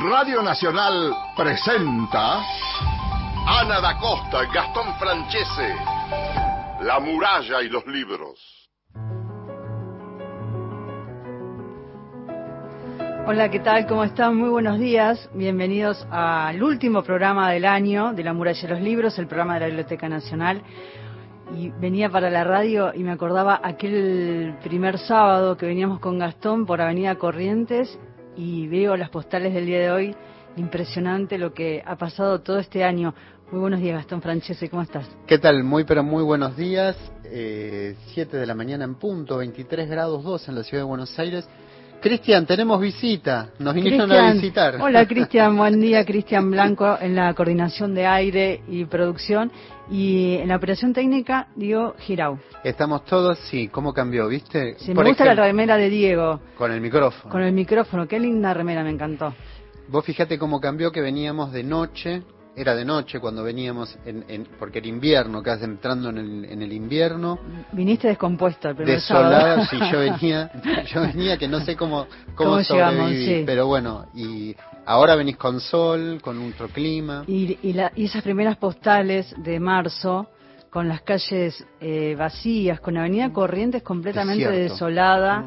Radio Nacional presenta Ana da Costa, Gastón Francese, La muralla y los libros. Hola, ¿qué tal? ¿Cómo están? Muy buenos días. Bienvenidos al último programa del año de La muralla y los libros, el programa de la Biblioteca Nacional. Y venía para la radio y me acordaba aquel primer sábado que veníamos con Gastón por Avenida Corrientes y veo las postales del día de hoy. Impresionante lo que ha pasado todo este año. Muy buenos días, Gastón Francese, ¿cómo estás? ¿Qué tal? Muy buenos días. 7 de la mañana en punto, 23 grados 2 en la ciudad de Buenos Aires. Cristian, tenemos visita, nos vinieron a visitar. Hola Cristian, buen día. Cristian Blanco en la coordinación de aire y producción, y en la operación técnica Diego Girau. Estamos todos, sí, ¿cómo cambió? ¿Viste? Sí, me gusta la remera de Diego. Con el micrófono. Con el micrófono, qué linda remera, me encantó. Vos fíjate cómo cambió, que veníamos de noche, era de noche cuando veníamos, porque era invierno, casi entrando en el invierno. Viniste descompuesto el primer desolado, sábado. Sí, yo venía que no sé cómo sobreviví, llegamos, sí. Pero bueno, y ahora venís con sol, con otro clima. Y esas primeras postales de marzo, con las calles vacías, con Avenida Corrientes completamente desolada.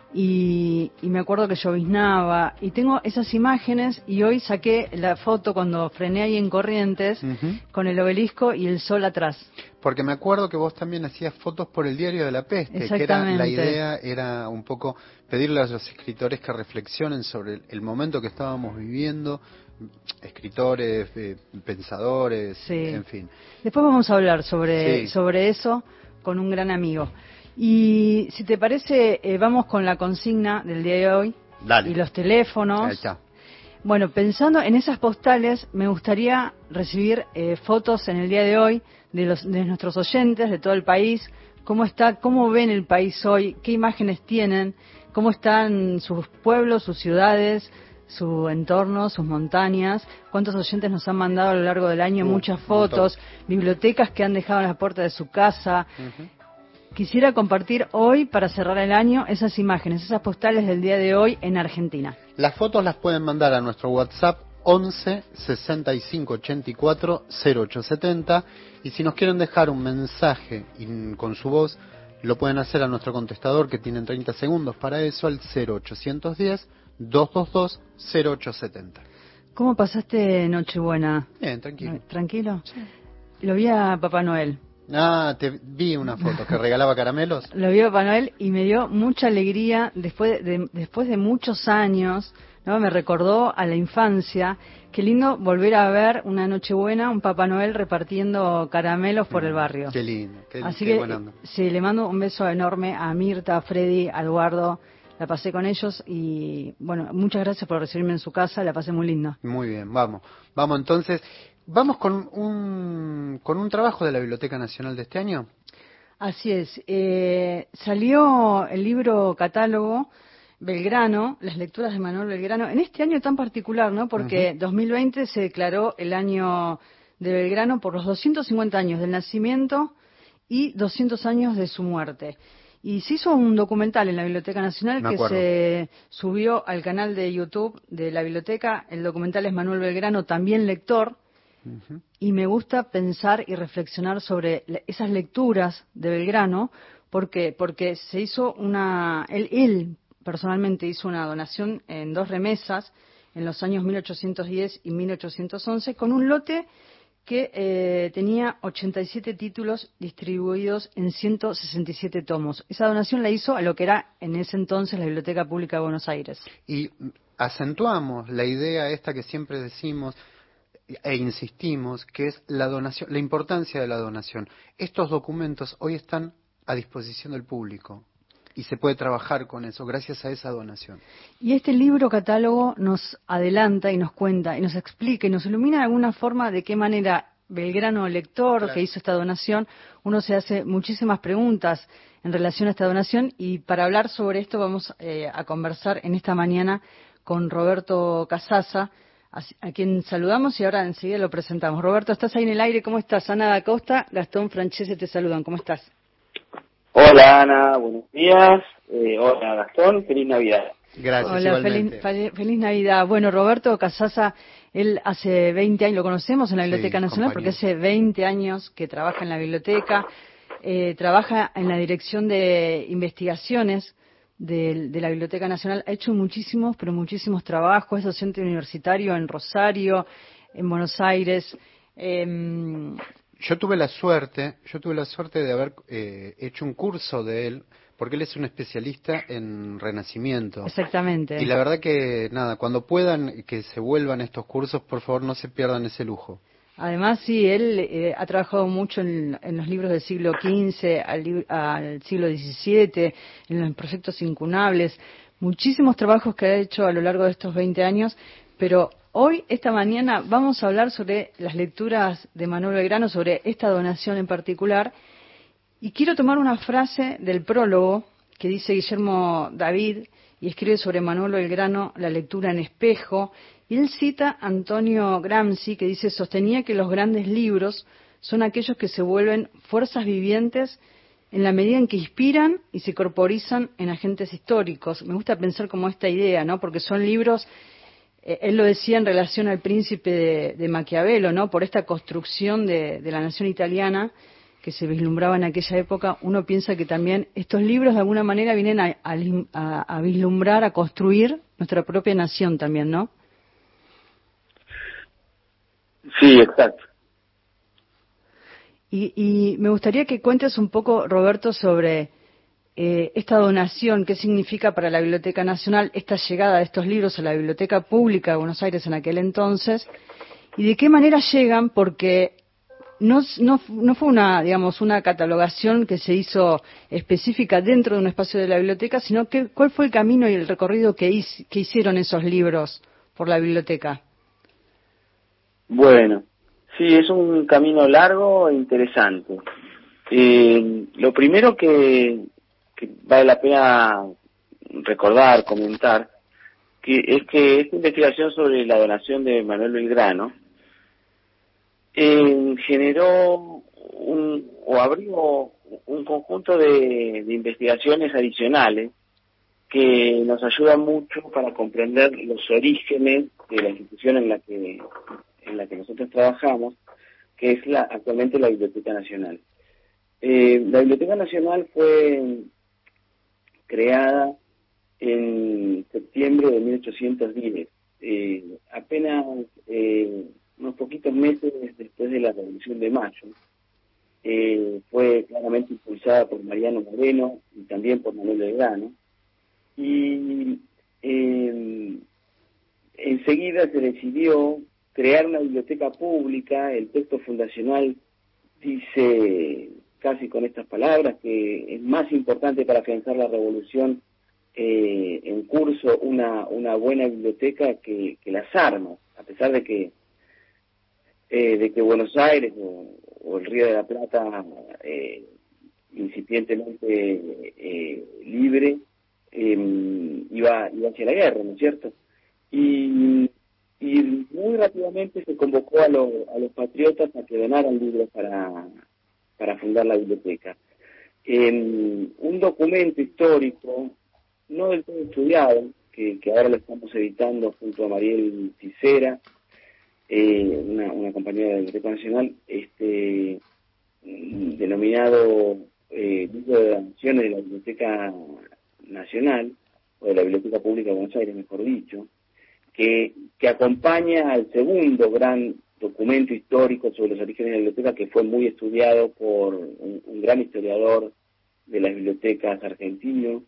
Y me acuerdo que lloviznaba y tengo esas imágenes, y hoy saqué la foto cuando frené ahí en Corrientes, con el obelisco y el sol atrás. Porque me acuerdo que vos también hacías fotos por el Diario de la Peste, que la idea era un poco pedirle a los escritores que reflexionen sobre el momento que estábamos viviendo, escritores, pensadores, sí. En fin. Después vamos a hablar sobre eso con un gran amigo. Y si te parece, vamos con la consigna del día de hoy. Dale. Y los teléfonos. Ahí está. Bueno, pensando en esas postales, me gustaría recibir fotos en el día de hoy de nuestros oyentes de todo el país. ¿Cómo ven el país hoy? ¿Qué imágenes tienen? ¿Cómo están sus pueblos, sus ciudades, su entorno, sus montañas? ¿Cuántos oyentes nos han mandado a lo largo del año muchas fotos? Bibliotecas que han dejado en la puerta de su casa. Quisiera compartir hoy, para cerrar el año, esas imágenes, esas postales del día de hoy en Argentina. Las fotos las pueden mandar a nuestro WhatsApp 11 65 84 0870, y si nos quieren dejar un mensaje con su voz, lo pueden hacer a nuestro contestador, que tienen 30 segundos para eso, al 0810 222 0870. ¿Cómo pasaste Nochebuena? Bien, tranquilo. ¿Tranquilo? Sí. Lo vi a Papá Noel. Te vi una foto que regalaba caramelos. Lo vi a Papá Noel y me dio mucha alegría después de muchos años, ¿no? Me recordó a la infancia. Qué lindo volver a ver una Nochebuena, un Papá Noel repartiendo caramelos por el barrio. Qué lindo. Así que sí, le mando un beso enorme a Mirta, a Freddy, a Eduardo. La pasé con ellos y, bueno, muchas gracias por recibirme en su casa, la pasé muy linda. Muy bien, vamos entonces. ¿Vamos con un trabajo de la Biblioteca Nacional de este año? Así es. Salió el libro catálogo Belgrano, las lecturas de Manuel Belgrano, en este año tan particular, ¿no? Porque 2020 se declaró el año de Belgrano por los 250 años del nacimiento y 200 años de su muerte. Y se hizo un documental en la Biblioteca Nacional que se subió al canal de YouTube de la Biblioteca. El documental es Manuel Belgrano, también lector. Y me gusta pensar y reflexionar sobre esas lecturas de Belgrano. ¿Por qué? Porque se hizo él personalmente hizo una donación en 2 remesas en los años 1810 y 1811 con un lote que tenía 87 títulos distribuidos en 167 tomos. Esa donación la hizo a lo que era en ese entonces la Biblioteca Pública de Buenos Aires. Y acentuamos la idea esta que siempre decimos e insistimos, que es la donación, la importancia de la donación. Estos documentos hoy están a disposición del público y se puede trabajar con eso gracias a esa donación. Y este libro catálogo nos adelanta y nos cuenta y nos explica y nos ilumina de alguna forma de qué manera Belgrano lector, que hizo esta donación, uno se hace muchísimas preguntas en relación a esta donación, y para hablar sobre esto vamos a conversar en esta mañana con Roberto Casasa, a quien saludamos y ahora enseguida lo presentamos. Roberto, estás ahí en el aire, ¿cómo estás? Ana da Costa, Gastón Francese te saludan, ¿cómo estás? Hola Ana, buenos días. Hola Gastón, feliz Navidad. Gracias, Hola, igualmente. feliz Navidad. Bueno, Roberto Casasa, él hace 20 años, lo conocemos en la Biblioteca Sí, Nacional porque compañero. hace 20 años que trabaja en la biblioteca, trabaja en la Dirección de Investigaciones de la Biblioteca Nacional, ha hecho muchísimos, pero muchísimos trabajos, es docente universitario en Rosario, en Buenos Aires. Yo tuve la suerte de haber hecho un curso de él, porque él es un especialista en Renacimiento. Y Exactamente. la verdad que, nada, cuando puedan que se vuelvan estos cursos, por favor no se pierdan ese lujo. Además, sí, él ha trabajado mucho en los libros del siglo XV al siglo XVII, en los proyectos incunables, muchísimos trabajos que ha hecho a lo largo de estos 20 años, pero hoy, esta mañana, vamos a hablar sobre las lecturas de Manuel Belgrano, sobre esta donación en particular, y quiero tomar una frase del prólogo que dice Guillermo David y escribe sobre Manuel Belgrano la lectura en espejo. Y él cita a Antonio Gramsci que dice, sostenía que los grandes libros son aquellos que se vuelven fuerzas vivientes en la medida en que inspiran y se corporizan en agentes históricos. Me gusta pensar como esta idea, ¿no? Porque son libros, él lo decía en relación al Príncipe de Maquiavelo, ¿no? Por esta construcción de la nación italiana que se vislumbraba en aquella época, uno piensa que también estos libros de alguna manera vienen a vislumbrar, a construir nuestra propia nación también, ¿no? Sí, exacto. Y me gustaría que cuentes un poco, Roberto, sobre esta donación, qué significa para la Biblioteca Nacional esta llegada de estos libros a la Biblioteca Pública de Buenos Aires en aquel entonces, y de qué manera llegan, porque no fue una catalogación que se hizo específica dentro de un espacio de la biblioteca, sino que cuál fue el camino y el recorrido que hicieron esos libros por la biblioteca. Bueno, sí, es un camino largo e interesante. Lo primero que vale la pena recordar, comentar, es que esta investigación sobre la donación de Manuel Belgrano generó o abrió un conjunto de investigaciones adicionales que nos ayudan mucho para comprender los orígenes de la institución en la que nosotros trabajamos, que es actualmente la Biblioteca Nacional. La Biblioteca Nacional fue creada en septiembre de 1810, apenas unos poquitos meses después de la Revolución de Mayo. Fue claramente impulsada por Mariano Moreno y también por Manuel Belgrano, y enseguida se decidió crear una biblioteca pública. El texto fundacional dice casi con estas palabras que es más importante para afianzar la revolución en curso una buena biblioteca que las armas, a pesar de que Buenos Aires o el Río de la Plata, incipientemente libre, iba hacia la guerra, ¿no es cierto? Y muy rápidamente se convocó a los patriotas a que donaran libros para fundar la biblioteca. Un documento histórico, no del todo estudiado, que ahora lo estamos editando junto a Mariel Ticera, una compañera de la Biblioteca Nacional, denominado Libro de Donaciones de la Biblioteca Nacional, o de la Biblioteca Pública de Buenos Aires, mejor dicho, que acompaña al segundo gran documento histórico sobre los orígenes de la biblioteca, que fue muy estudiado por un gran historiador de las bibliotecas argentino,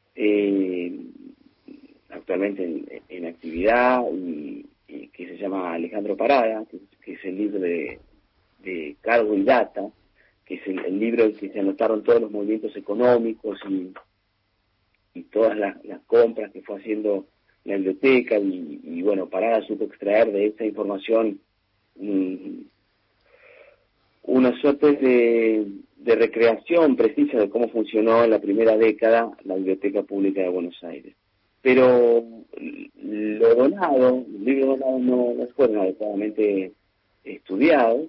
actualmente en actividad, y que se llama Alejandro Parada, que es el libro de Cargo y Data, que es el libro en que se anotaron todos los movimientos económicos y todas las compras que fue haciendo la biblioteca, y bueno, Parada supo extraer de esa información una suerte de recreación precisa de cómo funcionó en la primera década la Biblioteca Pública de Buenos Aires. Pero los libros donados no fueron adecuadamente estudiados,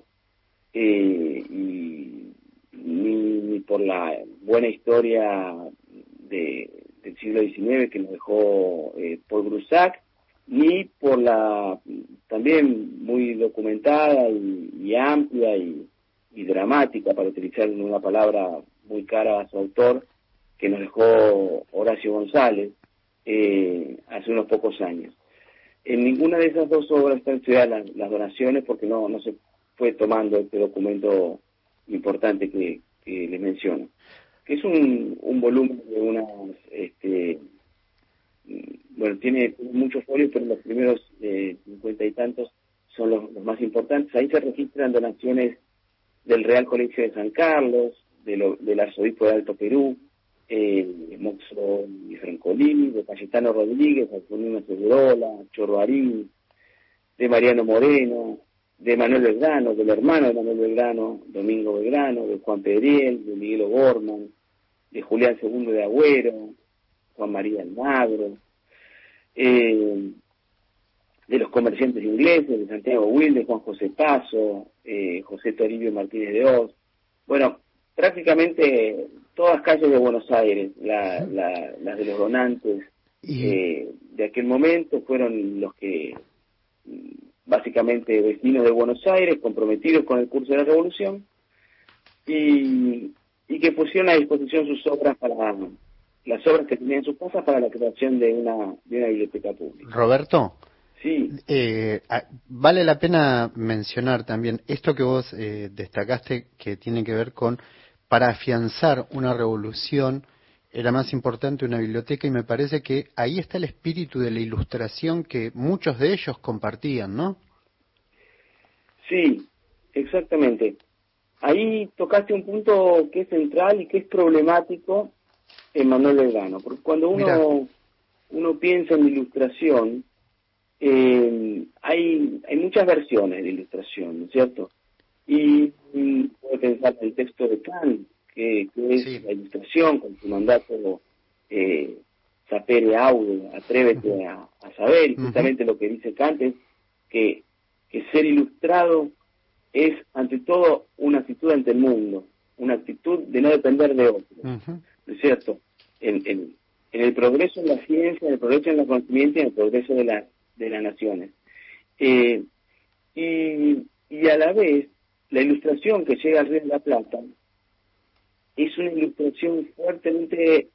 y ni por la buena historia de del siglo XIX que nos dejó Paul Broussard, ni por la también muy documentada y amplia y dramática, para utilizar una palabra muy cara a su autor, que nos dejó Horacio González hace unos pocos años. En ninguna de esas dos obras están estudiadas las donaciones, porque no se fue tomando este documento importante que les menciono, que es un volumen de unas, bueno, tiene muchos folios, pero los primeros 50 y tantos son los más importantes. Ahí se registran donaciones del Real Colegio de San Carlos, del Arzobispo de Alto Perú, Moxo y Francolini, de Cayetano Rodríguez, Antonino Segurola, Chorbarín, de Mariano Moreno, de Manuel Belgrano, del hermano de Manuel Belgrano, Domingo Belgrano, de Juan Pedriel, de Miguel O'Gorman, de Julián II de Agüero, Juan María Almagro, de los comerciantes ingleses, de Santiago Wilde, Juan José Paso, José Toribio Martínez de Oz. Bueno, prácticamente todas calles de Buenos Aires, las de los donantes de aquel momento, fueron los que, básicamente vecinos de Buenos Aires, comprometidos con el curso de la Revolución, y que pusieron a disposición sus obras las obras que tenían en sus casas para la creación de una biblioteca pública. Roberto, sí, vale la pena mencionar también esto que vos destacaste, que tiene que ver con, para afianzar una revolución era más importante una biblioteca, y me parece que ahí está el espíritu de la Ilustración que muchos de ellos compartían, ¿no? Sí, exactamente. Ahí tocaste un punto que es central y que es problemático en Manuel Belgrano, porque cuando uno piensa en Ilustración, hay muchas versiones de Ilustración, ¿no es cierto? Y puede pensar en el texto de Kant, que es sí, la Ilustración, con su mandato sapere aude, atrévete a saber, y justamente lo que dice Kant es que ser ilustrado es ante todo una actitud ante el mundo, una actitud de no depender de otros, ¿no es cierto? En el progreso en la ciencia, en el progreso en la conocimiento y en el progreso de las naciones. Y a la vez, la ilustración que llega al Río de la Plata es una ilustración fuertemente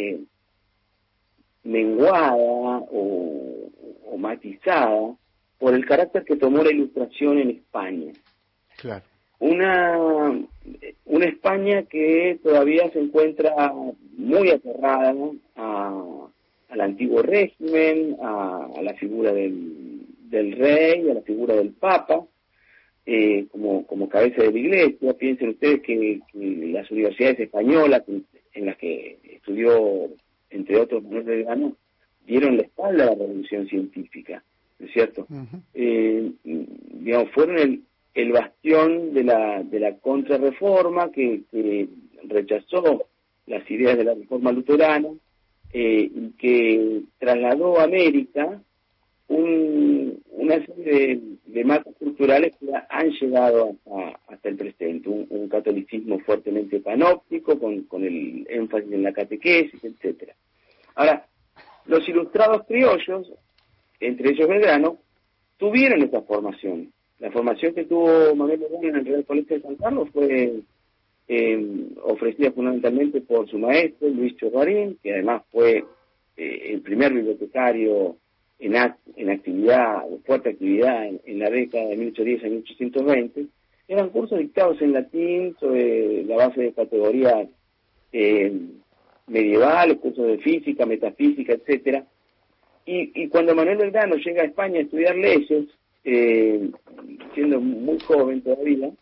menguada o matizada por el carácter que tomó la ilustración en España. Claro. Una España que todavía se encuentra muy aferrada al antiguo régimen, a la figura del rey, a la figura del papa, como cabeza de la iglesia. Piensen ustedes que las universidades españolas en las que estudió, entre otros, Manuel Belgrano, dieron la espalda a la revolución científica, ¿no es cierto? Digamos, fueron el bastión de la contrarreforma que rechazó las ideas de la reforma luterana, y que trasladó a América una serie de marcos culturales que han llegado hasta el presente, un catolicismo fuertemente panóptico, con el énfasis en la catequesis, etcétera. Ahora, los ilustrados criollos, entre ellos Belgrano, tuvieron esa formación. La formación que tuvo Manuel Belgrano en el Real Colegio de San Carlos fue ofrecida fundamentalmente por su maestro, Luis Chorbarín, que además fue el primer bibliotecario en actividad, de fuerte actividad en la década de 1810 a 1820. Eran cursos dictados en latín sobre la base de categorías medievales, cursos de física, metafísica, etcétera. Y cuando Manuel Belgrano llega a España a estudiar leyes, siendo muy joven todavía,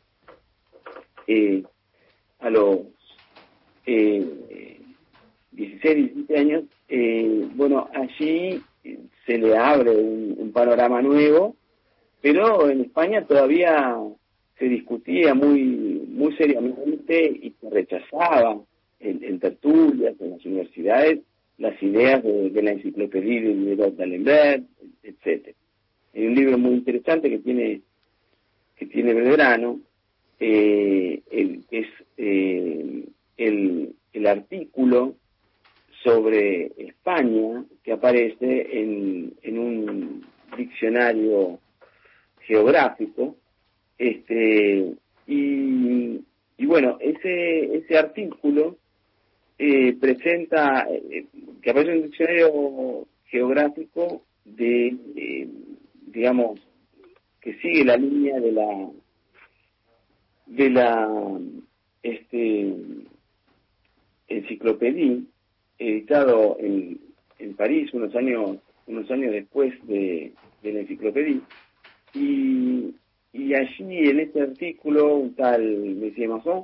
a los 16, 17 años, bueno, allí se le abre un panorama nuevo, pero en España todavía se discutía muy seriamente y se rechazaba en tertulias, en las universidades, las ideas de la enciclopedia de D'Alembert, etcétera. Hay un libro muy interesante que tiene Belgrano, es el artículo sobre España que aparece en un diccionario geográfico, y bueno, ese artículo presenta, que aparece en un diccionario geográfico digamos, que sigue la línea de la enciclopedia, editado en París unos años después de la enciclopedia, y allí en este artículo un tal Monsieur Masson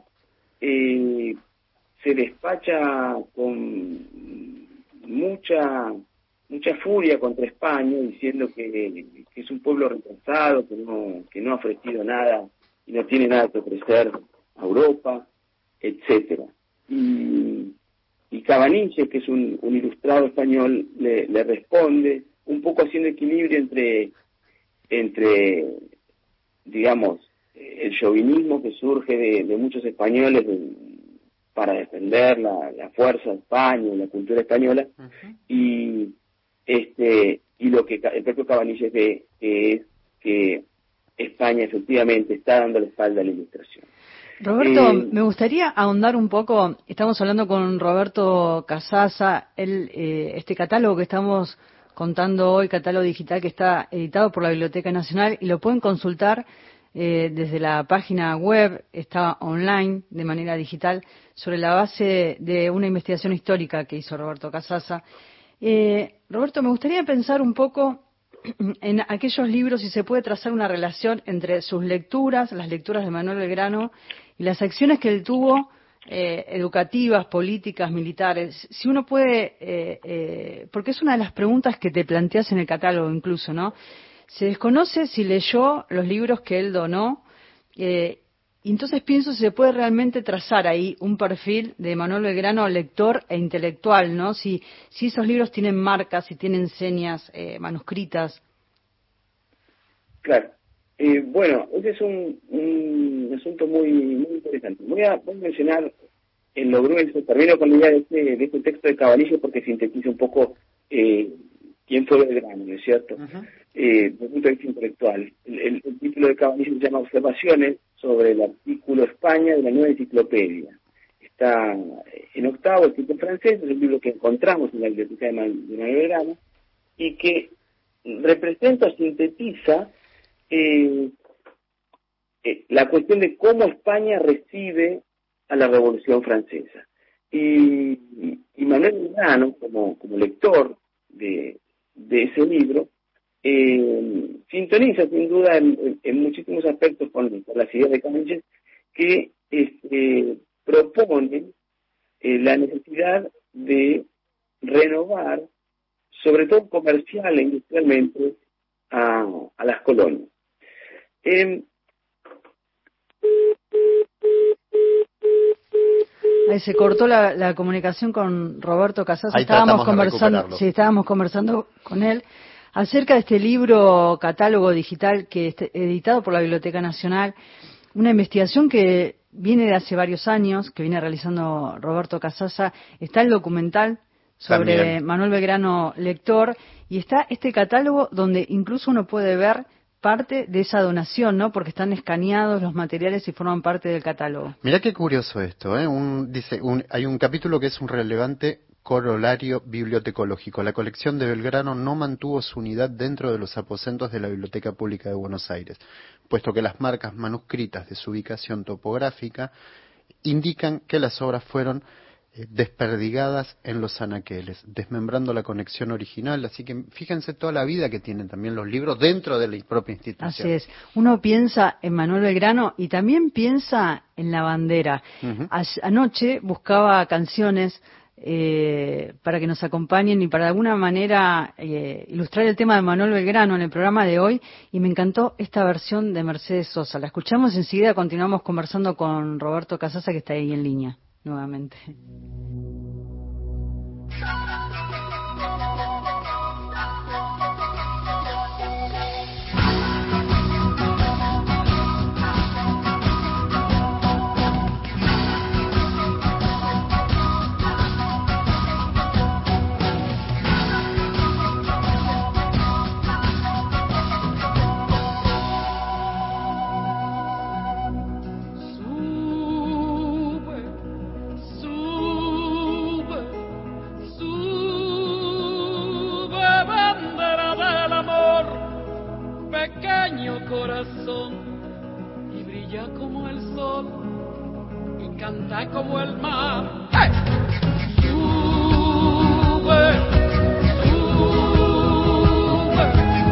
se despacha con mucha furia contra España, diciendo que es un pueblo retrasado, que no ha ofrecido nada y no tiene nada que ofrecer a Europa, etcétera. Y Cabanilles, que es un ilustrado español, le responde, un poco haciendo equilibrio entre digamos, el chauvinismo que surge de muchos españoles para defender la fuerza de España y la cultura española, y lo que el propio Cabanilles ve, que es que España efectivamente está dando la espalda a la Ilustración. Roberto, me gustaría ahondar un poco. Estamos hablando con Roberto Casasa. Este catálogo que estamos contando hoy, catálogo digital que está editado por la Biblioteca Nacional, y lo pueden consultar desde la página web, está online de manera digital, sobre la base de una investigación histórica que hizo Roberto Casasa. Roberto, me gustaría pensar un poco en aquellos libros, si se puede trazar una relación entre sus lecturas, las lecturas de Manuel Belgrano, y las acciones que él tuvo, educativas, políticas, militares. Si uno puede, porque es una de las preguntas que te planteas en el catálogo incluso, ¿no? Se desconoce si leyó los libros que él donó, y entonces pienso si se puede realmente trazar ahí un perfil de Manuel Belgrano, lector e intelectual, ¿no? Si esos libros tienen marcas, si tienen señas manuscritas. Claro. Bueno, ese es un asunto muy interesante. Voy a mencionar en lo grueso, termino con la idea de este texto de Cabanilles porque sintetiza un poco quién fue Belgrano, ¿no es cierto? Desde el punto de vista intelectual. El título de Cabanilles se llama Observaciones sobre el artículo España de la nueva enciclopedia. Está en octavo, escrito en francés, es un libro que encontramos en la biblioteca de Manuel Belgrano, y que representa, sintetiza la cuestión de cómo España recibe a la Revolución Francesa. Y Manuel Belgrano, como lector de ese libro, sintoniza sin duda en muchísimos aspectos con las ideas de Cabanilles, que proponen la necesidad de renovar, sobre todo comercial e industrialmente, a las colonias. Ahí se cortó la comunicación con Roberto Casasa. Estábamos conversando con él acerca de este libro catálogo digital que es editado por la Biblioteca Nacional, una investigación que viene de hace varios años, que viene realizando Roberto Casasa. Está el documental sobre también Manuel Belgrano, lector, y está este catálogo donde incluso uno puede ver parte de esa donación, ¿no? Porque están escaneados los materiales y forman parte del catálogo. Mirá qué curioso esto, ¿eh? Hay un capítulo que es un relevante corolario bibliotecológico. La colección de Belgrano no mantuvo su unidad dentro de los aposentos de la Biblioteca Pública de Buenos Aires, puesto que las marcas manuscritas de su ubicación topográfica indican que las obras fueron desperdigadas en los anaqueles, desmembrando la conexión original. Así que fíjense toda la vida que tienen también los libros dentro de la propia institución. Así es. Uno piensa en Manuel Belgrano y también piensa en la bandera. Anoche buscaba canciones para que nos acompañen y para de alguna manera ilustrar el tema de Manuel Belgrano en el programa de hoy, y me encantó esta versión de Mercedes Sosa. La escuchamos y enseguida continuamos conversando con Roberto Casasa, que está ahí en línea nuevamente. pequeño corazón, y brilla como el sol, y canta como el mar. ¡Hey! Sube, sube,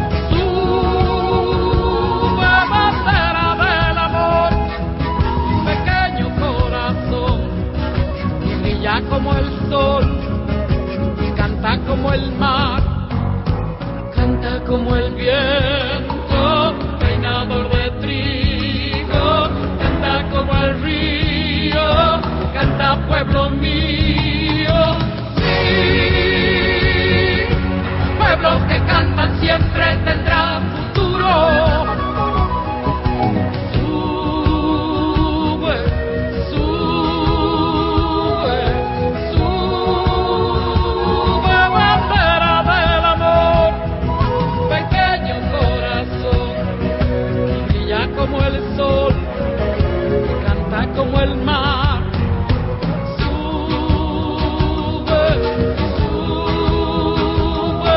sube, bandera del amor, pequeño corazón, y brilla como el sol, y canta como el mar. Canta como el viento, peinador de trigo, canta como el río, canta pueblo mío. Sí, pueblos que cantan siempre tendrán futuro. Sube, sube, sube, bandera del amor, pequeño corazón, y brilla como el sol, y canta como el mar. Sube, sube,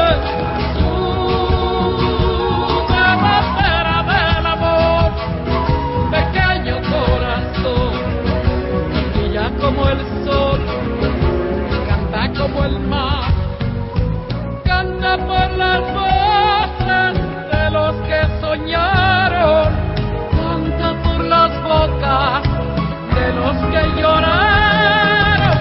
sube, bandera del amor, pequeño corazón, y brilla como el sol, y canta como el mar. Canta por las voces de los que soñaron, canta por las bocas de los que lloraron.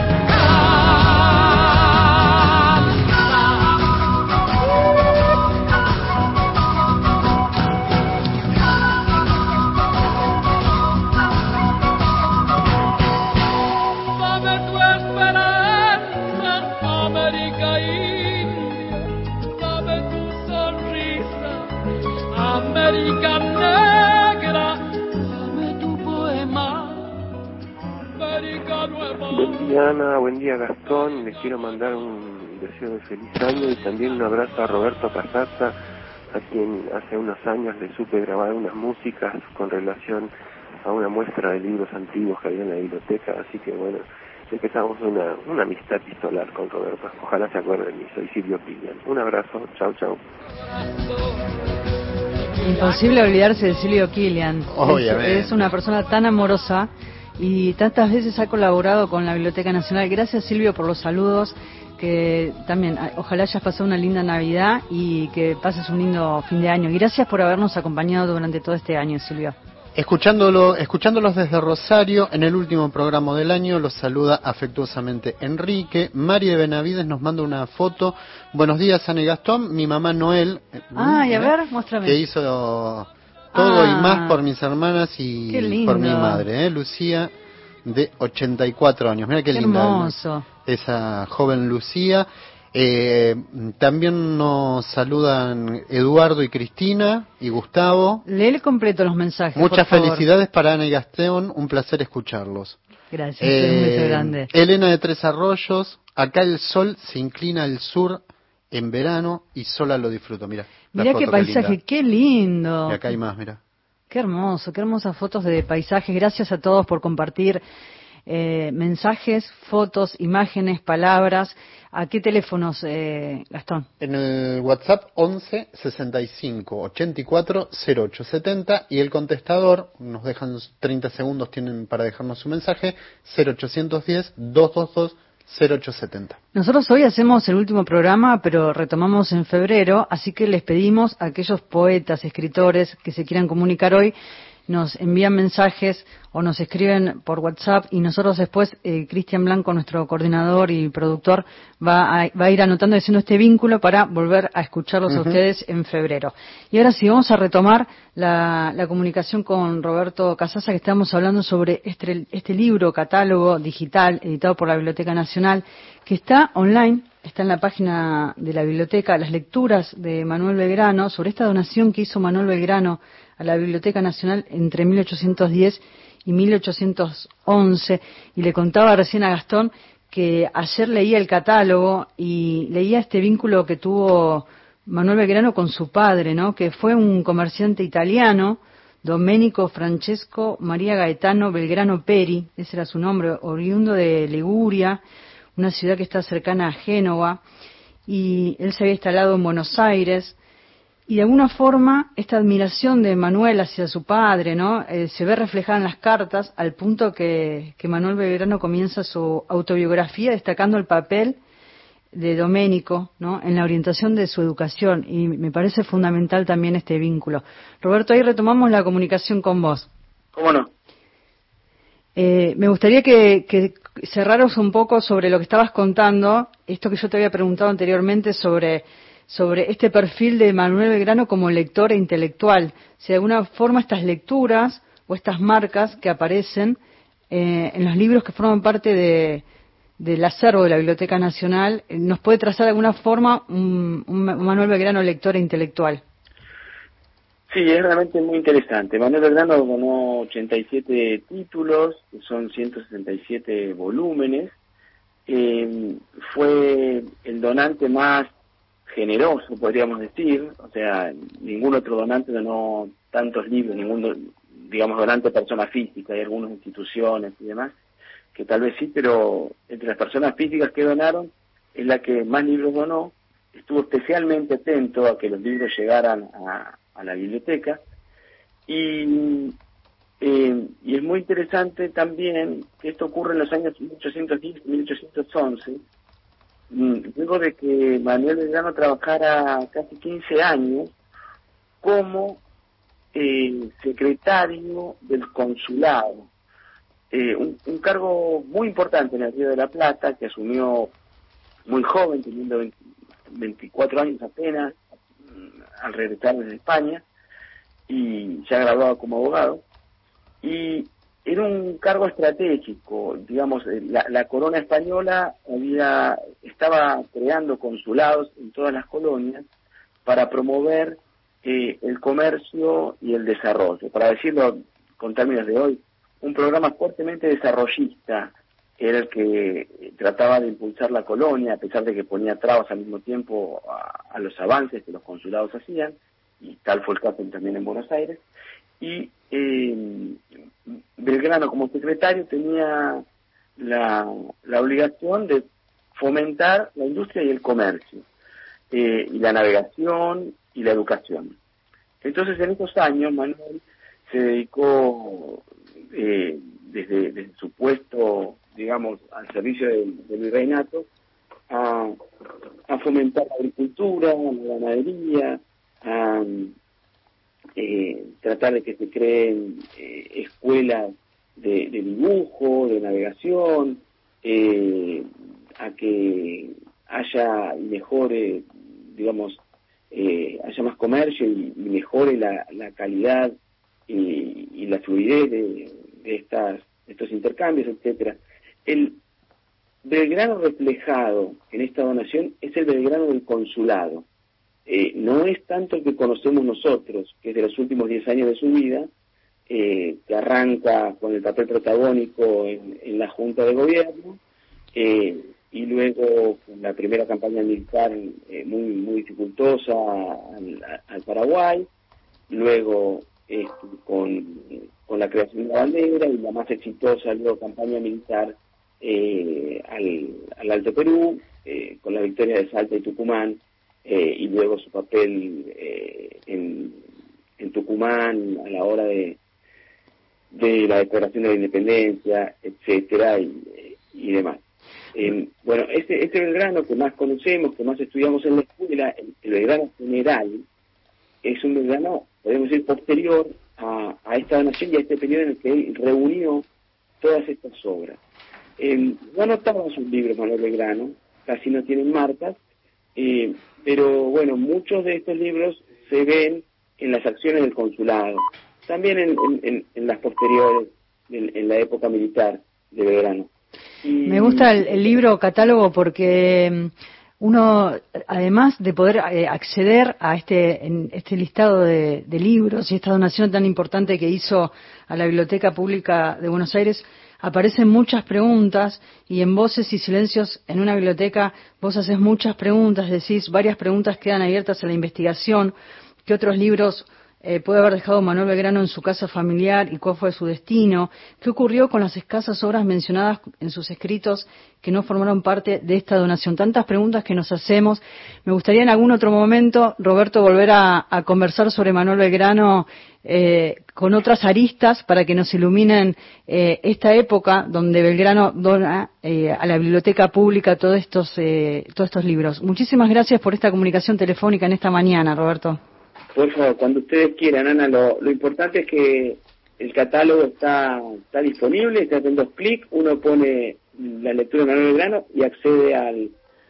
Dame tu esperanza, América India, dame tu sonrisa, América Negra, dame tu poema, América Nueva. Buen día Ana, buen día Gastón, les quiero mandar un deseo de feliz año y también un abrazo a Roberto Casazza, a quien hace unos años le supe grabar unas músicas con relación a una muestra de libros antiguos que había en la biblioteca, así que bueno, empezamos una amistad epistolar con Roberto, ojalá se acuerden de mí, soy Silvio Kilian. Un abrazo, chau chau. Imposible olvidarse de Silvio Kilian. Obviamente. Es una persona tan amorosa y tantas veces ha colaborado con la Biblioteca Nacional. Gracias, Silvio, por los saludos. Que también, ojalá hayas pasado una linda Navidad y que pases un lindo fin de año. Y gracias por habernos acompañado durante todo este año, Silvio. Escuchándolos desde Rosario, en el último programa del año, los saluda afectuosamente Enrique. Mari de Benavides nos manda una foto. Buenos días, Ana y Gastón. Mi mamá Noel, Y a ver, muéstrame. que hizo todo y más por mis hermanas y qué lindo. por mi madre, Lucía, de 84 años. Mira qué linda. Hermoso. Esa joven Lucía. También nos saludan Eduardo y Cristina y Gustavo. Léele completo los mensajes. Muchas por favor. felicidades para Ana y Gastón, un placer escucharlos. Gracias, es un beso grande. Elena de Tres Arroyos, acá el sol se inclina al sur en verano y sola lo disfruto. Mira Qué paisaje, qué lindo. Y acá hay más, mira. Qué hermoso, qué hermosas fotos de paisajes. Gracias a todos por compartir mensajes, fotos, imágenes, palabras. ¿A qué teléfonos, Gastón? En el WhatsApp 11 65 84 0870 y el contestador, nos dejan 30 segundos tienen para dejarnos su mensaje, 0810 222 0870. Nosotros hoy hacemos el último programa, pero retomamos en febrero, así que les pedimos a aquellos poetas, escritores que se quieran comunicar hoy, nos envían mensajes o nos escriben por WhatsApp y nosotros después, Cristian Blanco, nuestro coordinador y productor, va a ir anotando y haciendo este vínculo para volver a escucharlos a ustedes en febrero. Y ahora sí, vamos a retomar la comunicación con Roberto Casazza, que estamos hablando sobre este libro, catálogo digital, editado por la Biblioteca Nacional, que está online, está en la página de la biblioteca, las lecturas de Manuel Belgrano, sobre esta donación que hizo Manuel Belgrano a la Biblioteca Nacional entre 1810 y 1811, y le contaba recién a Gastón que ayer leía el catálogo y leía este vínculo que tuvo Manuel Belgrano con su padre, ¿no? Que fue un comerciante italiano, Domenico Francesco María Gaetano Belgrano Peri, ese era su nombre, oriundo de Liguria, una ciudad que está cercana a Génova, y él se había instalado en Buenos Aires. Y de alguna forma esta admiración de Manuel hacia su padre, ¿no? Se ve reflejada en las cartas al punto que Manuel Belgrano comienza su autobiografía destacando el papel de Doménico, ¿no? En la orientación de su educación, y me parece fundamental también este vínculo. Roberto, ahí retomamos la comunicación con vos. ¿Cómo no? Me gustaría que cerraros un poco sobre lo que estabas contando, esto que yo te había preguntado anteriormente sobre este perfil de Manuel Belgrano como lector e intelectual. Si de alguna forma estas lecturas o estas marcas que aparecen en los libros que forman parte del acervo de la Biblioteca Nacional, nos puede trazar de alguna forma un Manuel Belgrano lector e intelectual. Sí, es realmente muy interesante. Manuel Belgrano ganó 87 títulos, son 167 volúmenes. Fue el donante más generoso, podríamos decir. O sea, ningún otro donante donó tantos libros, ningún, digamos, donante persona física. Hay algunas instituciones y demás que tal vez sí, pero entre las personas físicas que donaron, es la que más libros donó. Estuvo especialmente atento a que los libros llegaran a la biblioteca, y es muy interesante también que esto ocurre en los años 1810 y 1811, luego de que Manuel Belgrano trabajara casi 15 años como secretario del consulado, un cargo muy importante en el Río de la Plata, que asumió muy joven, teniendo 24 años apenas, al regresar desde España, y ya graduado como abogado, y era un cargo estratégico. Digamos, la corona española estaba creando consulados en todas las colonias para promover el comercio y el desarrollo. Para decirlo con términos de hoy, un programa fuertemente desarrollista era el que trataba de impulsar la colonia, a pesar de que ponía trabas al mismo tiempo a los avances que los consulados hacían, y tal fue el caso también en Buenos Aires. Y Belgrano, como secretario, tenía la obligación de fomentar la industria y el comercio, y la navegación y la educación. Entonces, en estos años, Manuel se dedicó, desde su puesto, digamos, al servicio del virreinato, a fomentar la agricultura, la ganadería, a tratar de que se creen escuelas de dibujo, de navegación, a que haya mejore, digamos, haya más comercio y mejore la calidad y la fluidez de estos intercambios, etcétera. El Belgrano reflejado en esta donación es el Belgrano del consulado. No es tanto el que conocemos nosotros, que es de los últimos 10 años de su vida, que arranca con el papel protagónico en la Junta de Gobierno, y luego con la primera campaña militar muy dificultosa al Paraguay, luego con la creación de la bandera, y la más exitosa luego campaña militar al Alto Perú, con la victoria de Salta y Tucumán, y luego su papel en Tucumán a la hora de la declaración de la independencia, etcétera, y demás. Bueno, este Belgrano que más conocemos, que más estudiamos en la escuela, el Belgrano general, es un Belgrano, podemos decir, posterior a esta donación y a este periodo en el que él reunió todas estas obras. No anotaba sus libros Manuel Belgrano, casi no tienen marcas, pero bueno, muchos de estos libros se ven en las acciones del consulado, también en las posteriores, en la época militar de Belgrano. Me gusta el libro catálogo porque uno, además de poder acceder a este listado de libros y esta donación tan importante que hizo a la Biblioteca Pública de Buenos Aires, aparecen muchas preguntas, y en Voces y Silencios en una biblioteca vos haces muchas preguntas, decís varias preguntas quedan abiertas a la investigación, que otros libros puede haber dejado Manuel Belgrano en su casa familiar y cuál fue su destino? ¿Qué ocurrió con las escasas obras mencionadas en sus escritos que no formaron parte de esta donación? Tantas preguntas que nos hacemos. Me gustaría en algún otro momento, Roberto, volver a conversar sobre Manuel Belgrano con otras aristas para que nos iluminen esta época donde Belgrano dona a la biblioteca pública todos estos libros. Muchísimas gracias por esta comunicación telefónica en esta mañana, Roberto. Por favor, cuando ustedes quieran, Ana, lo importante es que el catálogo está disponible, está en 2 clics, uno pone la lectura de Manuel Belgrano y accede al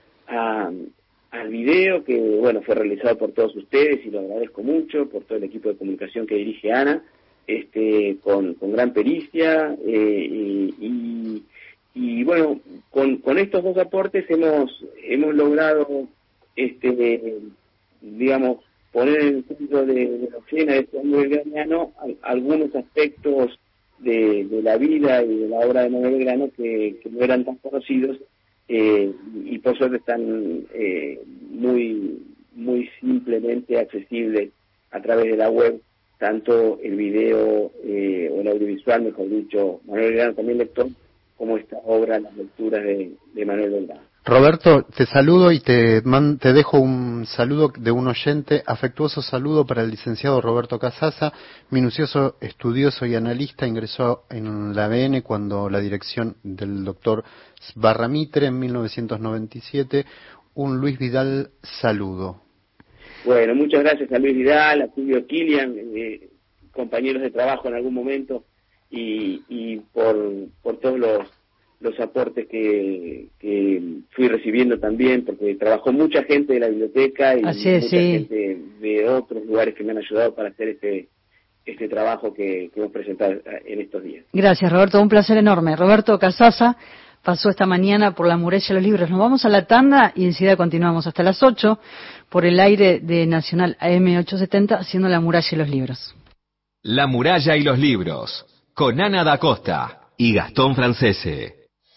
video que, bueno, fue realizado por todos ustedes y lo agradezco mucho, por todo el equipo de comunicación que dirige Ana, con gran pericia, y bueno, con estos 2 aportes hemos logrado, digamos, poner en el centro de la escena de este hombre belgraniano algunos aspectos de la vida y de la obra de Manuel Belgrano que no eran tan conocidos, y por suerte están muy simplemente accesibles a través de la web, tanto el video o el audiovisual, mejor dicho, Manuel Belgrano también lector, como esta obra, las lecturas de Manuel Belgrano. Roberto, te saludo y te dejo un saludo de un oyente, afectuoso saludo para el licenciado Roberto Casasa, minucioso estudioso y analista, ingresó en la ABN cuando la dirección del doctor Barramitre en 1997. Un Luis Vidal saludo. Bueno, muchas gracias a Luis Vidal, a Tulio Kilian, compañeros de trabajo en algún momento, y por todos los aportes que fui recibiendo también, porque trabajó mucha gente de la biblioteca y mucha gente de otros lugares que me han ayudado para hacer este trabajo que hemos presentado en estos días. Gracias, Roberto, un placer enorme. Roberto Casasa pasó esta mañana por La Muralla de los Libros. Nos vamos a la tanda y enseguida continuamos hasta las 8 por el aire de Nacional AM870 haciendo La Muralla y los Libros. La Muralla y los Libros, con Ana da Costa y Gastón Francese.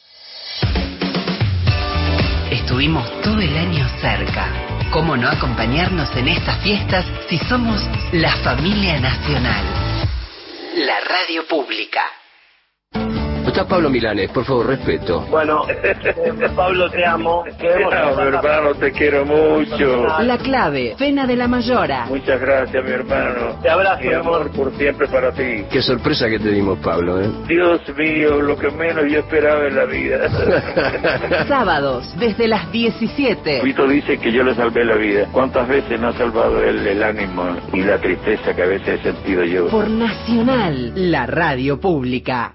Estuvimos todo el año cerca. ¿Cómo no acompañarnos en estas fiestas si somos la familia nacional? La radio pública. Está Pablo Milanés, por favor, respeto. Bueno, Pablo, te amo. Mi hermano, te quiero mucho. La clave, Pena de la Mayora. Muchas gracias, mi hermano. Te abrazo, mi amor, por siempre para ti. Qué sorpresa que te dimos, Pablo, ¿eh? Dios mío, lo que menos yo esperaba en la vida. Sábados, desde las 17. Vito dice que yo le salvé la vida. ¿Cuántas veces me ha salvado él el ánimo y la tristeza que a veces he sentido yo? Por Nacional, la radio pública.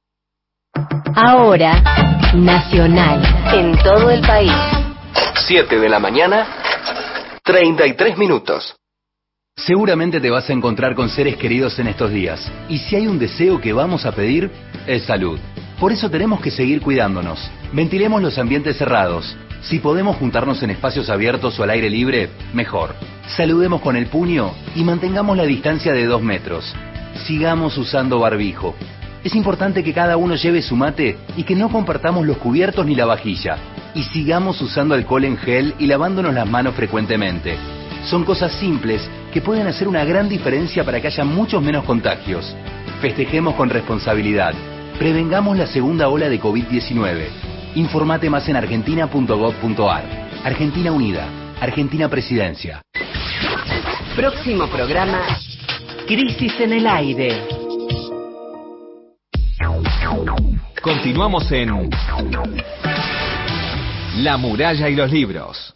Ahora, Nacional, en todo el país. 7 de la mañana, 33 minutos. Seguramente te vas a encontrar con seres queridos en estos días. Y si hay un deseo que vamos a pedir, es salud. Por eso tenemos que seguir cuidándonos. Ventilemos los ambientes cerrados. Si podemos juntarnos en espacios abiertos o al aire libre, mejor. Saludemos con el puño y mantengamos la distancia de 2 metros. Sigamos usando barbijo. Es importante que cada uno lleve su mate y que no compartamos los cubiertos ni la vajilla. Y sigamos usando alcohol en gel y lavándonos las manos frecuentemente. Son cosas simples que pueden hacer una gran diferencia para que haya muchos menos contagios. Festejemos con responsabilidad. Prevengamos la segunda ola de COVID-19. Informate más en argentina.gov.ar. Argentina Unida. Argentina Presidencia. Próximo programa, Crisis en el Aire. Continuamos en La Muralla y los Libros.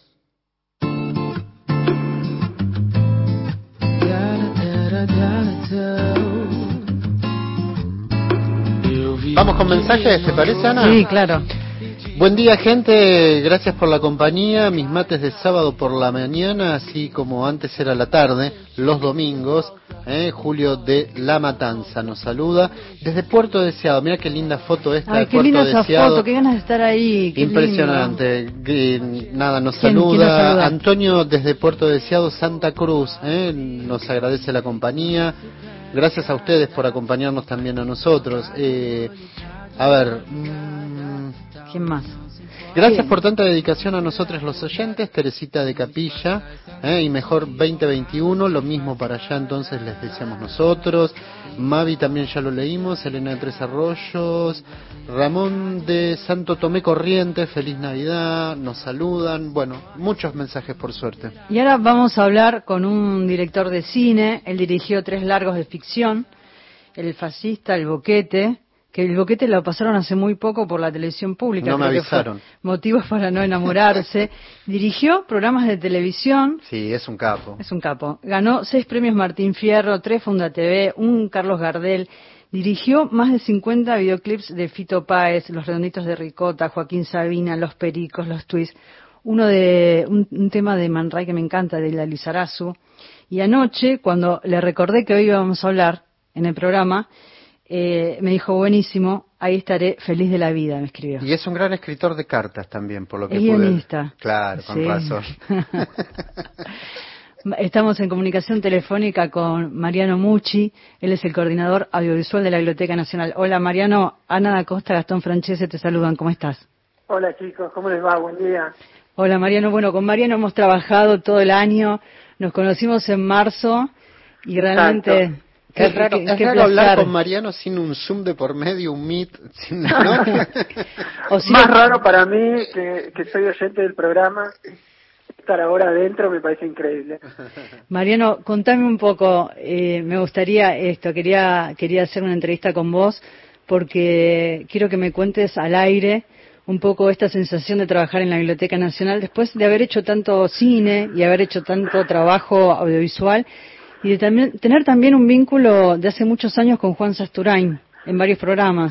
Vamos con mensajes, ¿te parece, Ana? Sí, claro. Buen día, gente, gracias por la compañía. Mis mates de sábado por la mañana, así como antes era la tarde, los domingos. Julio de La Matanza nos saluda desde Puerto Deseado. Mira qué linda foto esta. Ay, de qué Puerto linda esa Deseado. foto, qué ganas de estar ahí. Qué impresionante. Nada, nos saluda Antonio desde Puerto Deseado, Santa Cruz. Nos agradece la compañía. Gracias a ustedes por acompañarnos también a nosotros. A ver. ¿Quién más? Gracias Bien. por tanta dedicación a nosotros los oyentes, Teresita de Capilla, y mejor 2021, lo mismo para allá entonces les deseamos nosotros. Mavi también ya lo leímos, Elena de Tres Arroyos, Ramón de Santo Tomé Corrientes, feliz Navidad, nos saludan, bueno, muchos mensajes por suerte. Y ahora vamos a hablar con un director de cine. Él dirigió 3 largos de ficción, El Fascista, El Boquete, que El Boquete lo pasaron hace muy poco por la televisión pública. No me creo que fue avisaron. Motivos para no enamorarse. Dirigió programas de televisión. Sí, es un capo. Es un capo. Ganó 6 premios Martín Fierro, 3 Funda TV, un Carlos Gardel. Dirigió más de 50 videoclips de Fito Páez, Los Redonditos de Ricota, Joaquín Sabina, Los Pericos, Los Twists. Uno de un tema de Man Ray que me encanta, de la Lizarazu. Y anoche, cuando le recordé que hoy íbamos a hablar en el programa, me dijo, buenísimo, ahí estaré feliz de la vida, me escribió. Y es un gran escritor de cartas también, por lo que Es pude. guionista. Claro, con Sí. razón. Estamos en comunicación telefónica con Mariano Mucci, él es el coordinador audiovisual de la Biblioteca Nacional. Hola Mariano, Ana da Costa, Gastón Francese te saludan, ¿cómo estás? Hola chicos, ¿cómo les va? Buen día. Hola Mariano, bueno, con Mariano hemos trabajado todo el año, nos conocimos en marzo y realmente... Exacto. Es raro, es raro hablar con Mariano sin un Zoom de por medio, un Meet, sin, ¿no? O si Más raro para mí, que soy oyente del programa, estar ahora adentro me parece increíble. Mariano, contame un poco, me gustaría esto, quería hacer una entrevista con vos porque quiero que me cuentes al aire un poco esta sensación de trabajar en la Biblioteca Nacional después de haber hecho tanto cine y haber hecho tanto trabajo audiovisual y de tener también un vínculo de hace muchos años con Juan Sasturain en varios programas.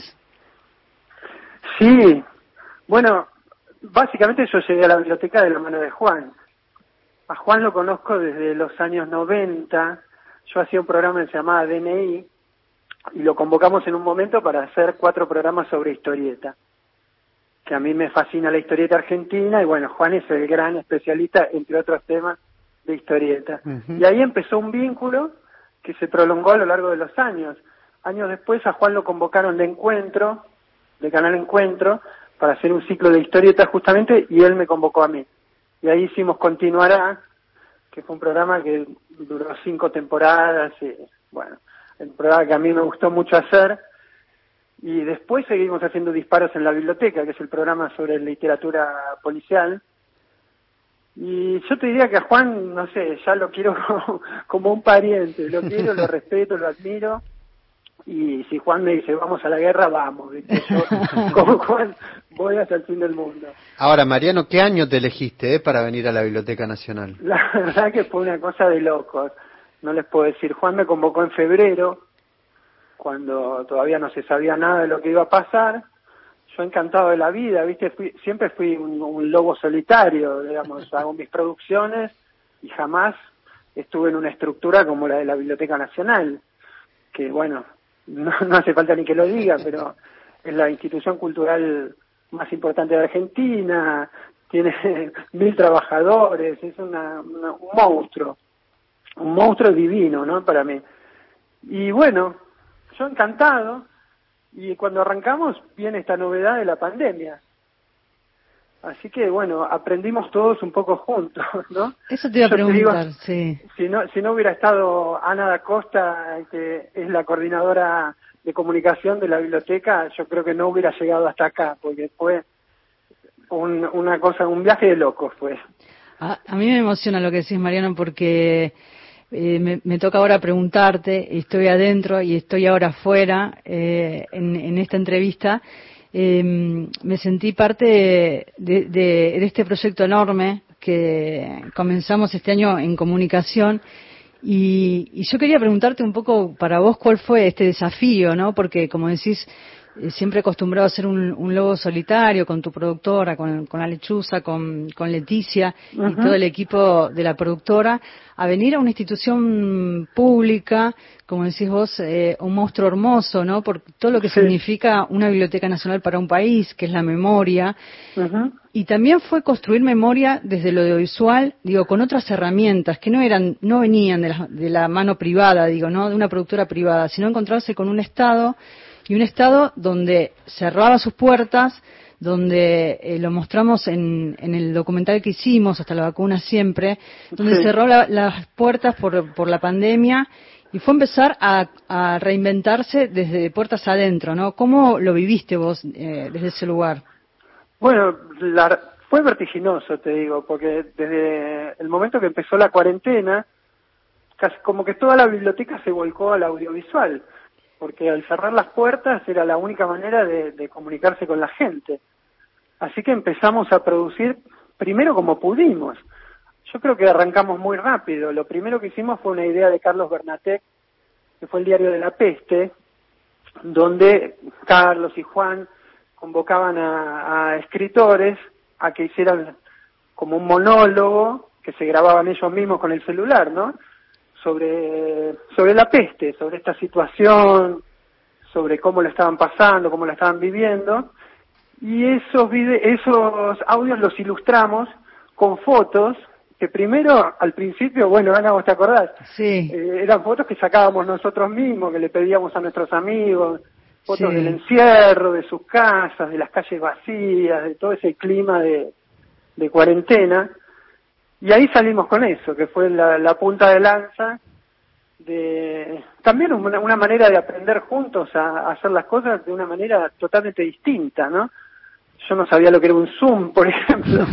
Sí, bueno, básicamente yo llegué a la biblioteca de la mano de Juan. A Juan lo conozco desde los años 90, yo hacía un programa que se llamaba DNI y lo convocamos en un momento para hacer 4 programas sobre historieta, que a mí me fascina la historieta argentina y bueno, Juan es el gran especialista, entre otros temas, de historieta. Uh-huh. Y ahí empezó un vínculo que se prolongó a lo largo de los años. Años después a Juan lo convocaron de Encuentro, de Canal Encuentro, para hacer un ciclo de historietas justamente, y él me convocó a mí. Y ahí hicimos Continuará, que fue un programa que duró 5 temporadas, y bueno, el programa que a mí me gustó mucho hacer. Y después seguimos haciendo Disparos en la Biblioteca, que es el programa sobre literatura policial. Y yo te diría que a Juan, no sé, ya lo quiero como un pariente, lo quiero, lo respeto, lo admiro. Y si Juan me dice, vamos a la guerra, vamos, ¿viste? Yo, como Juan, voy hasta el fin del mundo. Ahora, Mariano, ¿qué año te elegiste para venir a la Biblioteca Nacional? La verdad que fue una cosa de locos, no les puedo decir. Juan me convocó en febrero, cuando todavía no se sabía nada de lo que iba a pasar. Yo encantado de la vida, ¿viste? Siempre fui un lobo solitario, digamos, hago mis producciones y jamás estuve en una estructura como la de la Biblioteca Nacional, que bueno, no hace falta ni que lo diga, pero es la institución cultural más importante de Argentina, tiene 1000 trabajadores, es un monstruo divino, ¿no? Para mí. Y bueno, yo encantado, y cuando arrancamos viene esta novedad de la pandemia. Así que bueno, aprendimos todos un poco juntos, ¿no? Eso te iba a preguntar, sí. Si no hubiera estado Ana da Costa, que es la coordinadora de comunicación de la biblioteca, yo creo que no hubiera llegado hasta acá, porque fue una cosa, un viaje de locos fue. A mí me emociona lo que decís, Mariano, porque me toca ahora preguntarte, estoy adentro y estoy ahora afuera en esta entrevista. Me sentí parte de este proyecto enorme que comenzamos este año en comunicación y yo quería preguntarte un poco para vos cuál fue este desafío, ¿no? Porque como decís, siempre acostumbrado a ser un lobo solitario con tu productora, con la Lechuza, con Leticia y todo el equipo de la productora, a venir a una institución pública, como decís vos, un monstruo hermoso, ¿no? Por todo lo que significa una Biblioteca Nacional para un país, que es la memoria. Y también fue construir memoria desde lo audiovisual, digo, con otras herramientas que no venían de la mano privada, digo, ¿no? De una productora privada, sino encontrarse con un Estado, y un Estado donde cerraba sus puertas, donde lo mostramos en el documental que hicimos, Hasta la vacuna siempre, donde cerró las puertas por la pandemia y fue empezar a reinventarse desde puertas adentro, ¿no? ¿Cómo lo viviste vos desde ese lugar? Bueno, fue vertiginoso, te digo, porque desde el momento que empezó la cuarentena, casi como que toda la biblioteca se volcó al audiovisual, porque al cerrar las puertas era la única manera de comunicarse con la gente. Así que empezamos a producir primero como pudimos. Yo creo que arrancamos muy rápido. Lo primero que hicimos fue una idea de Carlos Bernatec, que fue el Diario de la Peste, donde Carlos y Juan convocaban a escritores a que hicieran como un monólogo que se grababan ellos mismos con el celular, ¿no? Sobre la peste, sobre esta situación, sobre cómo la estaban pasando, cómo la estaban viviendo, y esos audios los ilustramos con fotos que primero, al principio, bueno, Ana, ¿vos te acordás? Sí. Eran fotos que sacábamos nosotros mismos, que le pedíamos a nuestros amigos, fotos del encierro, de sus casas, de las calles vacías, de todo ese clima de cuarentena. Y ahí salimos con eso, que fue la punta de lanza de también una manera de aprender juntos a hacer las cosas de una manera totalmente distinta, ¿no? Yo no sabía lo que era un Zoom, por ejemplo.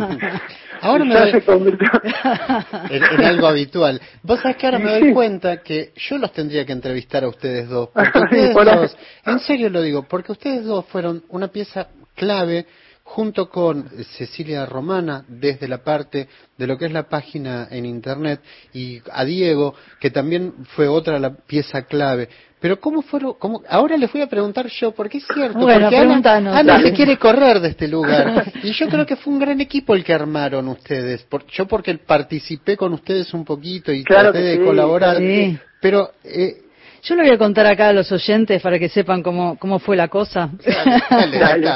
Ahora se convirtió en algo habitual. Vos sabés que ahora me doy cuenta que yo los tendría que entrevistar a ustedes dos. Porque ustedes dos, en serio lo digo, porque ustedes dos fueron una pieza clave junto con Cecilia Romana desde la parte de lo que es la página en internet y a Diego, que también fue otra la pieza clave. Pero ahora les voy a preguntar yo, porque es cierto, bueno, porque Ana se quiere correr de este lugar. Y yo creo que fue un gran equipo el que armaron ustedes. Yo porque participé con ustedes un poquito y traté de colaborar. Sí. Pero yo lo voy a contar acá a los oyentes para que sepan cómo fue la cosa. Dale.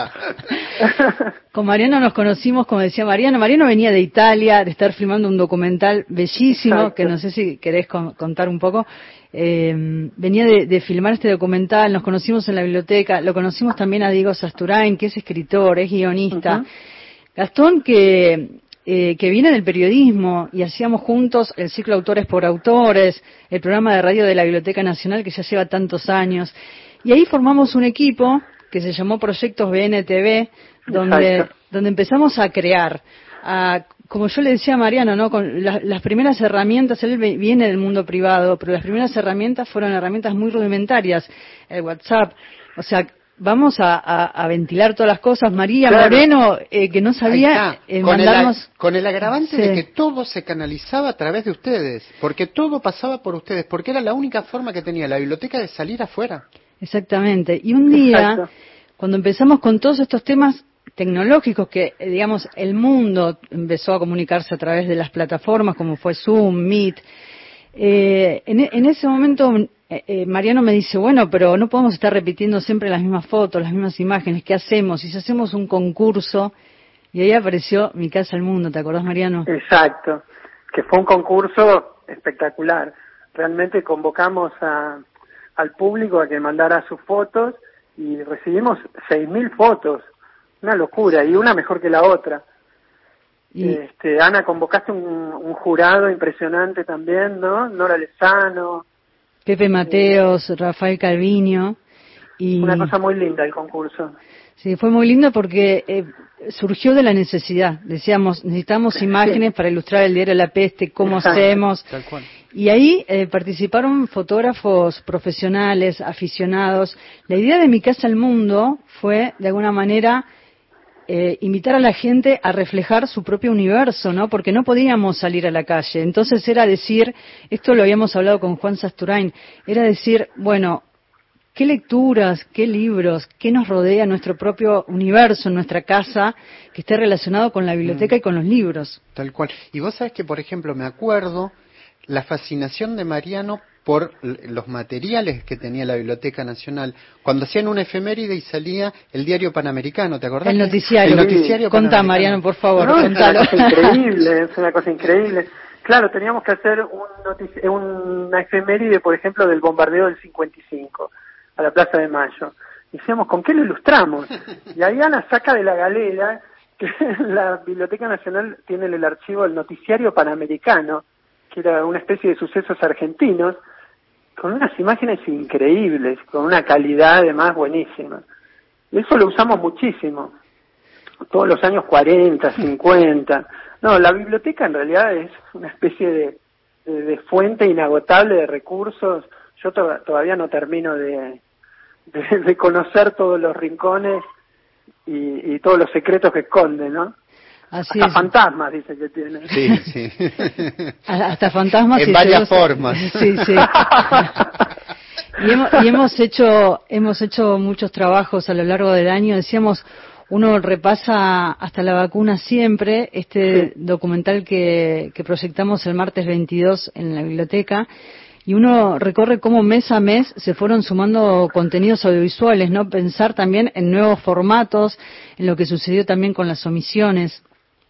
Con Mariano nos conocimos, como decía Mariano. Mariano venía de Italia, de estar filmando un documental bellísimo, exacto, que no sé si querés contar un poco. Venía de filmar este documental, nos conocimos en la biblioteca, lo conocimos también a Diego Sasturain, que es escritor, es guionista. Uh-huh. Gastón, que viene del periodismo, y hacíamos juntos el ciclo Autores por Autores, el programa de radio de la Biblioteca Nacional que ya lleva tantos años. Y ahí formamos un equipo que se llamó Proyectos BNTV, donde empezamos a crear, como yo le decía a Mariano, ¿no? Con las primeras herramientas, él viene del mundo privado, pero las primeras herramientas fueron herramientas muy rudimentarias, el WhatsApp, o sea, vamos a ventilar todas las cosas. María Moreno, que no sabía mandarnos... Con el agravante de que todo se canalizaba a través de ustedes, porque todo pasaba por ustedes, porque era la única forma que tenía la biblioteca de salir afuera. Exactamente. Y un día, cuando empezamos con todos estos temas tecnológicos que, digamos, el mundo empezó a comunicarse a través de las plataformas como fue Zoom, Meet, en ese momento Mariano me dice, bueno, pero no podemos estar repitiendo siempre las mismas fotos, las mismas imágenes, ¿qué hacemos? Y si hacemos un concurso, y ahí apareció Mi Casa al Mundo, ¿te acordás, Mariano? Exacto, que fue un concurso espectacular. Realmente convocamos al público a que mandara sus fotos y recibimos 6.000 fotos, una locura, y una mejor que la otra. Ana, convocaste un jurado impresionante también, ¿no? Nora Lezano, Pepe Mateos, Rafael Calviño. Una cosa muy linda el concurso. Sí, fue muy lindo porque surgió de la necesidad. Decíamos, necesitamos imágenes para ilustrar el diario La Peste, cómo hacemos. Tal cual. Y ahí participaron fotógrafos profesionales, aficionados. La idea de Mi Casa al Mundo fue, de alguna manera, invitar a la gente a reflejar su propio universo, ¿no? Porque no podíamos salir a la calle. Entonces era decir, esto lo habíamos hablado con Juan Sasturain, era decir, bueno, ¿qué lecturas, qué libros, qué nos rodea nuestro propio universo, en nuestra casa, que esté relacionado con la biblioteca y con los libros? Tal cual. Y vos sabés que, por ejemplo, me acuerdo la fascinación de Mariano por los materiales que tenía la Biblioteca Nacional, cuando hacían una efeméride y salía el diario Panamericano, ¿te acordás? El noticiario. Contá, Mariano, por favor, contalo. Es una cosa increíble. Claro, teníamos que hacer una efeméride, por ejemplo, del bombardeo del 55 a la Plaza de Mayo. decíamos, ¿con qué lo ilustramos? Y ahí Ana saca de la galera que la Biblioteca Nacional tiene el archivo del Noticiario Panamericano, que era una especie de sucesos argentinos, con unas imágenes increíbles, con una calidad además buenísima. Y eso lo usamos muchísimo, todos los años 40, 50. No, la biblioteca en realidad es una especie de fuente inagotable de recursos. Yo todavía no termino de conocer todos los rincones y todos los secretos que esconden, ¿no? Así hasta es. Fantasmas dice que tiene. Sí, sí. Hasta fantasmas. En varias formas. Sí, sí. Y hemos hecho muchos trabajos a lo largo del año. Decíamos, uno repasa hasta la vacuna siempre, documental que proyectamos el martes 22 en la biblioteca, y uno recorre cómo mes a mes se fueron sumando contenidos audiovisuales, ¿no? Pensar también en nuevos formatos, en lo que sucedió también con las omisiones.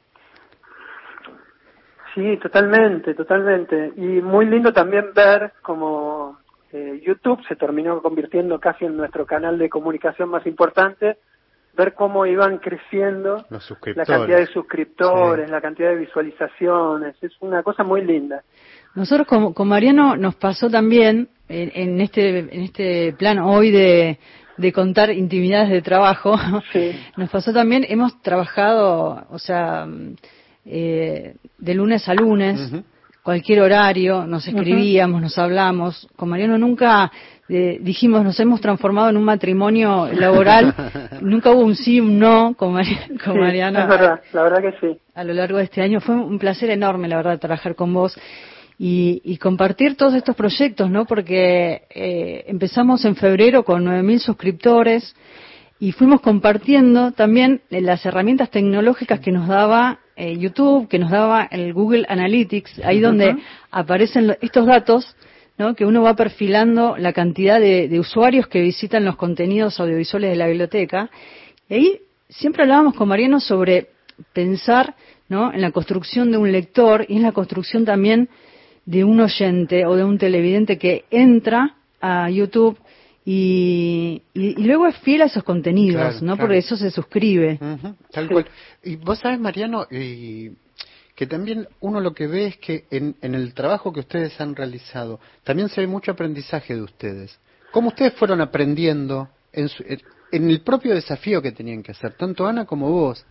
Sí, totalmente, totalmente. Y muy lindo también ver cómo YouTube se terminó convirtiendo casi en nuestro canal de comunicación más importante, ver cómo iban creciendo la cantidad de suscriptores, la cantidad de visualizaciones. Es una cosa muy linda. Nosotros con Mariano nos pasó también en este plan hoy de contar intimidades de trabajo. Sí. Nos pasó también, hemos trabajado, o sea, de lunes a lunes, cualquier horario, nos escribíamos, nos hablamos. Con Mariano nunca dijimos, nos hemos transformado en un matrimonio laboral. Nunca hubo un sí, un no con Mariano. Es verdad, la verdad que sí. A lo largo de este año fue un placer enorme, la verdad, trabajar con vos y compartir todos estos proyectos, ¿no? Porque empezamos en febrero con 9.000 suscriptores y fuimos compartiendo también las herramientas tecnológicas que nos daba YouTube, que nos daba el Google Analytics, ahí donde aparecen estos datos, ¿no? Que uno va perfilando la cantidad de usuarios que visitan los contenidos audiovisuales de la biblioteca. Y ahí siempre hablábamos con Mariano sobre pensar, ¿no? En la construcción de un lector y en la construcción también de un oyente o de un televidente que entra a YouTube y luego es fiel a esos contenidos, claro, ¿no? Claro. Por eso se suscribe. Tal cual. Y vos sabés, Mariano, que también uno lo que ve es que en el trabajo que ustedes han realizado también se ve mucho aprendizaje de ustedes. ¿Cómo ustedes fueron aprendiendo en el propio desafío que tenían que hacer, tanto Ana como vos?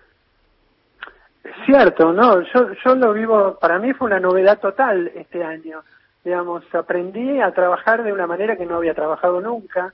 Cierto, no, yo lo vivo, para mí fue una novedad total este año. Digamos, aprendí a trabajar de una manera que no había trabajado nunca,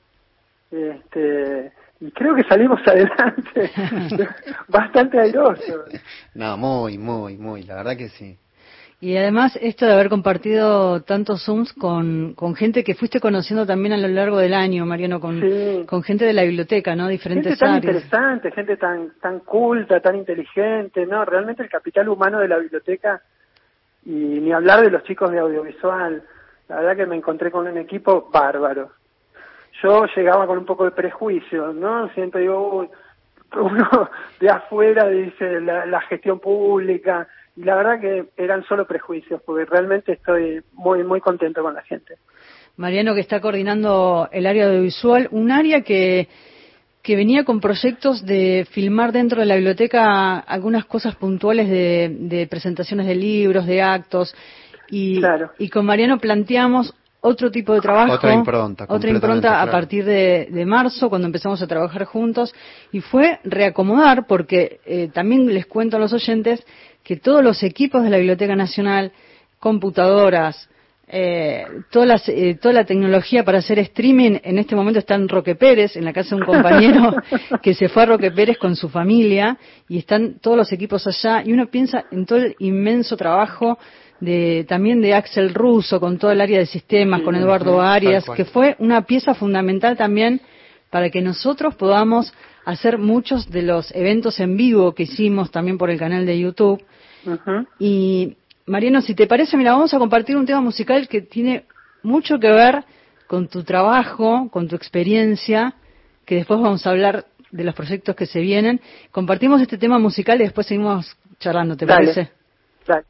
y creo que salimos adelante bastante airosos. No, muy, la verdad que sí. Y además esto de haber compartido tantos Zooms con gente que fuiste conociendo también a lo largo del año, Mariano, con gente de la biblioteca, ¿no? Diferentes gente tan áreas. Interesante, gente tan culta, tan inteligente, ¿no? Realmente el capital humano de la biblioteca, y ni hablar de los chicos de audiovisual. La verdad que me encontré con un equipo bárbaro. Yo llegaba con un poco de prejuicio, ¿no? Siempre digo, uno de afuera dice la gestión pública, y la verdad que eran solo prejuicios, porque realmente estoy muy contento con la gente. Mariano, que está coordinando el área audiovisual, un área que venía con proyectos de filmar dentro de la biblioteca algunas cosas puntuales de presentaciones de libros, de actos, y con Mariano planteamos otro tipo de trabajo, otra impronta a partir de marzo, cuando empezamos a trabajar juntos, y fue reacomodar, porque también les cuento a los oyentes que todos los equipos de la Biblioteca Nacional, computadoras, toda la tecnología para hacer streaming, en este momento está en Roque Pérez, en la casa de un compañero que se fue a Roque Pérez con su familia, y están todos los equipos allá, y uno piensa en todo el inmenso trabajo también de Axel Russo, con todo el área de sistemas, con Eduardo Arias, que fue una pieza fundamental también para que nosotros podamos hacer muchos de los eventos en vivo que hicimos también por el canal de YouTube. Y Mariano, si te parece, mira, vamos a compartir un tema musical que tiene mucho que ver con tu trabajo, con tu experiencia, que después vamos a hablar de los proyectos que se vienen. Compartimos este tema musical y después seguimos charlando, ¿te parece? Dale.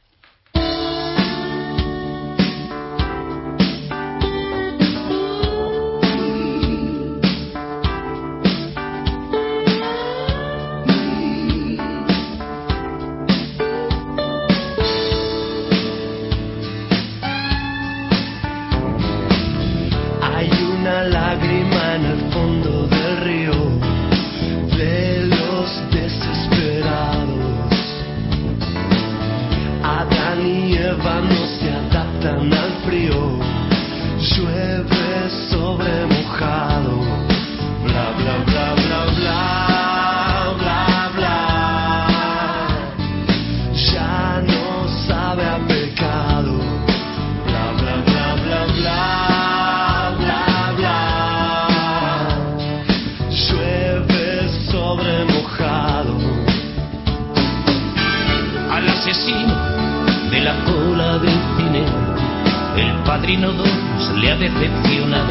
Pino 2 le ha decepcionado.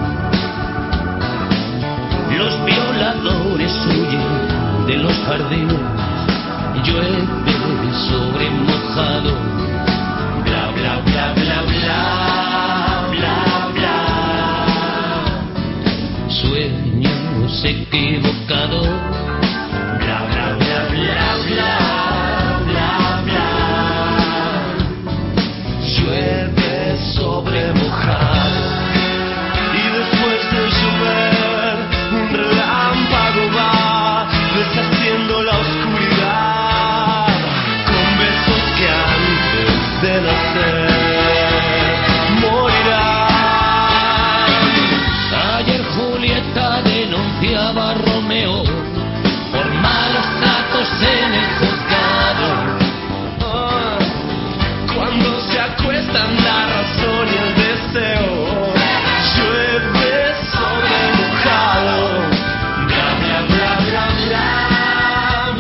Los violadores huyen de los jardines, llueve sobre mojado. Bla bla bla bla bla bla bla. Sueños equivocados. Bla bla bla bla bla bla bla. Llueve sobre mojado. Y después de llover un relámpago va deshaciendo la oscuridad con besos que antes de nacer morirán. Ayer Julieta denunciaba a Romeo por malos tratos en el juzgado. Cuando se acuestan la razón y el deseo, llueve sobre mojado. Bla bla bla bla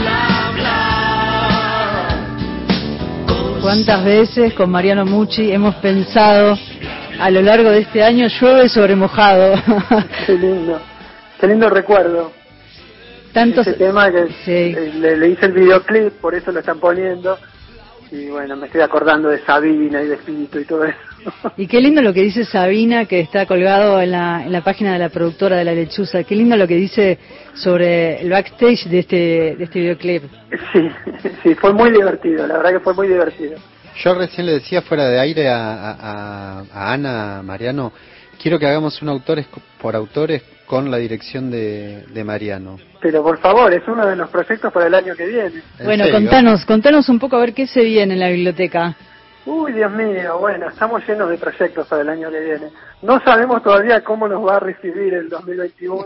bla bla bla. ¿Cuántas veces con Mariano Mucci hemos pensado a lo largo de este año llueve sobre mojado? Qué lindo recuerdo. Tantos... Ese tema que sí. le hice el videoclip, por eso lo están poniendo. Y bueno, me estoy acordando de Sabina y de Fito y todo eso. Y qué lindo lo que dice Sabina, que está colgado en la página de la productora de La Lechuza. Qué lindo lo que dice sobre el backstage de este videoclip. Sí, fue muy divertido, la verdad que fue muy divertido. Yo recién le decía fuera de aire a Ana, Mariano, quiero que hagamos un autores por autores con la dirección de Mariano. Pero por favor, es uno de los proyectos para el año que viene. Bueno, contanos un poco a ver qué se viene en la biblioteca. Uy, Dios mío, bueno, estamos llenos de proyectos para el año que viene. No sabemos todavía cómo nos va a recibir el 2021,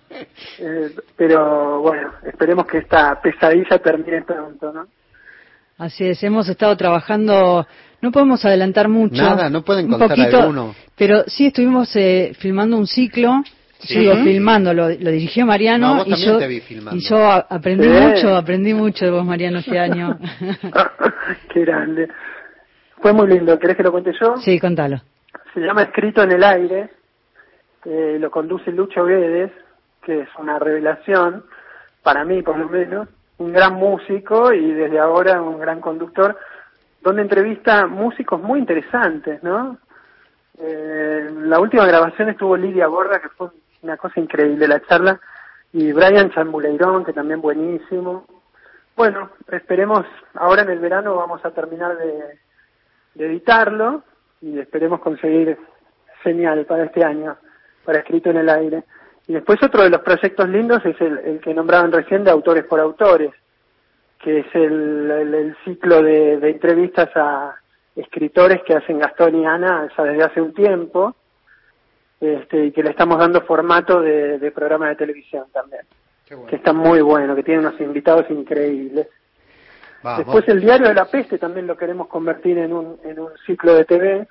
pero bueno, esperemos que esta pesadilla termine pronto, ¿no? Así es, hemos estado trabajando, no podemos adelantar mucho. Nada, no pueden contar alguno. Pero sí estuvimos filmando un ciclo. ¿Sí? Sigo filmando, lo dirigió Mariano. No, vos también te vi filmando. Y yo aprendí mucho de vos, Mariano, este año. Qué grande. Fue muy lindo. ¿Querés que lo cuente yo? Sí, contalo. Se llama Escrito en el Aire. Lo conduce Lucho Guedes, que es una revelación, para mí por lo menos, un gran músico y desde ahora un gran conductor, donde entrevista músicos muy interesantes, ¿no? La última grabación estuvo Lidia Borda, que fue una cosa increíble la charla, y Brian Chambuleirón, que también buenísimo. Bueno, esperemos, ahora en el verano vamos a terminar de editarlo y esperemos conseguir señal para este año, para Escrito en el Aire. Y después otro de los proyectos lindos es el que nombraban recién de Autores por Autores, que es el ciclo de entrevistas a escritores que hacen Gastón y Ana ya desde hace un tiempo, y que le estamos dando formato de programa de televisión también. Bueno. Que está muy bueno, que tiene unos invitados increíbles. Después el Diario de la Peste también lo queremos convertir en un ciclo de TV.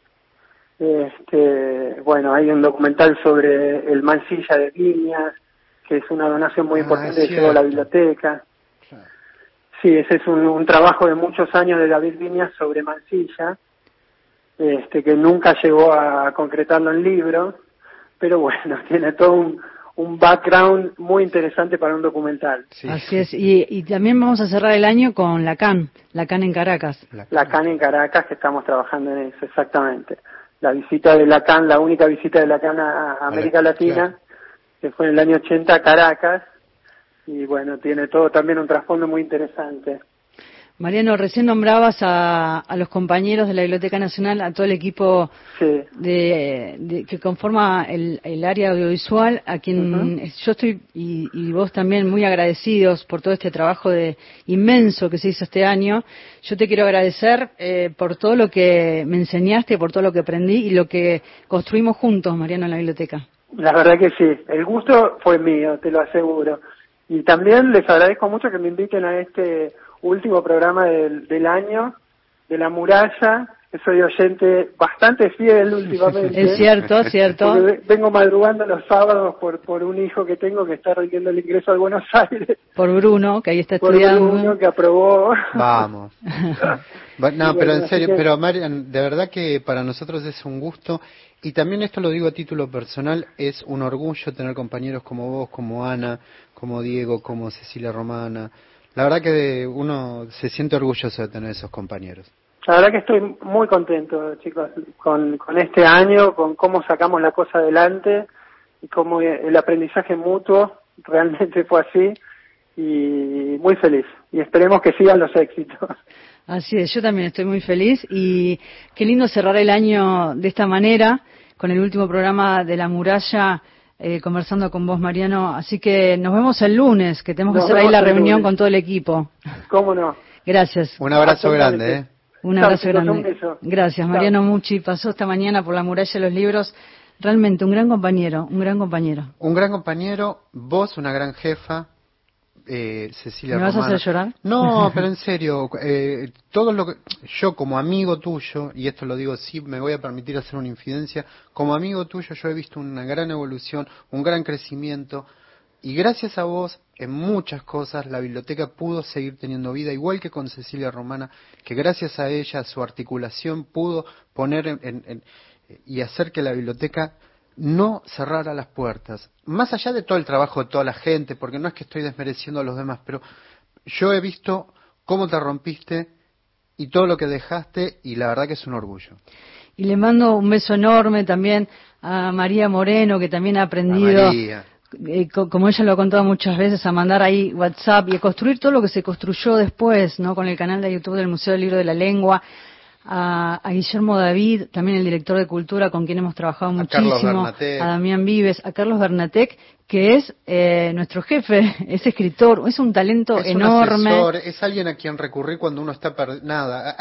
Bueno, hay un documental sobre el Mansilla de Viñas, que es una donación muy importante que llegó a la biblioteca. Sí, ese es un trabajo de muchos años de David Viñas sobre Mansilla, que nunca llegó a concretarlo en libro, pero bueno, tiene todo un background muy interesante para un documental. Sí. Así es, y también vamos a cerrar el año con la CAN en Caracas. La CAN en Caracas, que estamos trabajando en eso, exactamente. La visita de la CAN, la única visita de la CAN a América Latina, que fue en el año 80 a Caracas, y bueno, tiene todo también un trasfondo muy interesante. Mariano, recién nombrabas a los compañeros de la Biblioteca Nacional, a todo el equipo que conforma el área audiovisual, a quien yo estoy, y vos también, muy agradecidos por todo este trabajo inmenso que se hizo este año. Yo te quiero agradecer por todo lo que me enseñaste, por todo lo que aprendí y lo que construimos juntos, Mariano, en la biblioteca. La verdad que sí, el gusto fue mío, te lo aseguro. Y también les agradezco mucho que me inviten a este último programa del año, de La Muralla, que soy oyente bastante fiel últimamente. Es cierto. Vengo madrugando los sábados por un hijo que tengo que está rindiendo el ingreso al Buenos Aires. Por Bruno, que ahí está estudiando. Por Bruno, que aprobó. Vamos. No, pero en serio, que... pero Marian, de verdad que para nosotros es un gusto, y también esto lo digo a título personal, es un orgullo tener compañeros como vos, como Ana, como Diego, como Cecilia Romana. La verdad que uno se siente orgulloso de tener esos compañeros. La verdad que estoy muy contento, chicos, con este año, con cómo sacamos la cosa adelante y cómo el aprendizaje mutuo realmente fue así, y muy feliz. Y esperemos que sigan los éxitos. Así es, yo también estoy muy feliz y qué lindo cerrar el año de esta manera, con el último programa de La Muralla, conversando con vos, Mariano. Así que nos vemos el lunes, que tenemos que hacer ahí la reunión con todo el equipo. ¿Cómo no? Gracias. Un abrazo grande, ¿eh? Un abrazo grande. Gracias, Mariano Mucci. Pasó esta mañana por La Muralla de los Libros. Realmente un gran compañero, un gran compañero. Un gran compañero, vos una gran jefa. Cecilia ¿Me vas Romana. a hacer llorar? No, pero en serio, todo lo que yo como amigo tuyo, y esto lo digo, sí, me voy a permitir hacer una infidencia, como amigo tuyo yo he visto una gran evolución, un gran crecimiento, y gracias a vos, en muchas cosas, la biblioteca pudo seguir teniendo vida, igual que con Cecilia Romana, que gracias a ella, su articulación pudo poner y hacer que la biblioteca no cerrara las puertas, más allá de todo el trabajo de toda la gente, porque no es que estoy desmereciendo a los demás, pero yo he visto cómo te rompiste y todo lo que dejaste, y la verdad que es un orgullo. Y le mando un beso enorme también a María Moreno, que también ha aprendido, como ella lo ha contado muchas veces, a mandar ahí WhatsApp y a construir todo lo que se construyó después, ¿no? Con el canal de YouTube del Museo del Libro de la Lengua. A Guillermo David, también el director de Cultura, con quien hemos trabajado muchísimo, a Damián Vives, a Carlos Bernatec, que es nuestro jefe, es escritor, es un talento enorme. Un asesor, es alguien a quien recurrir cuando uno está nada.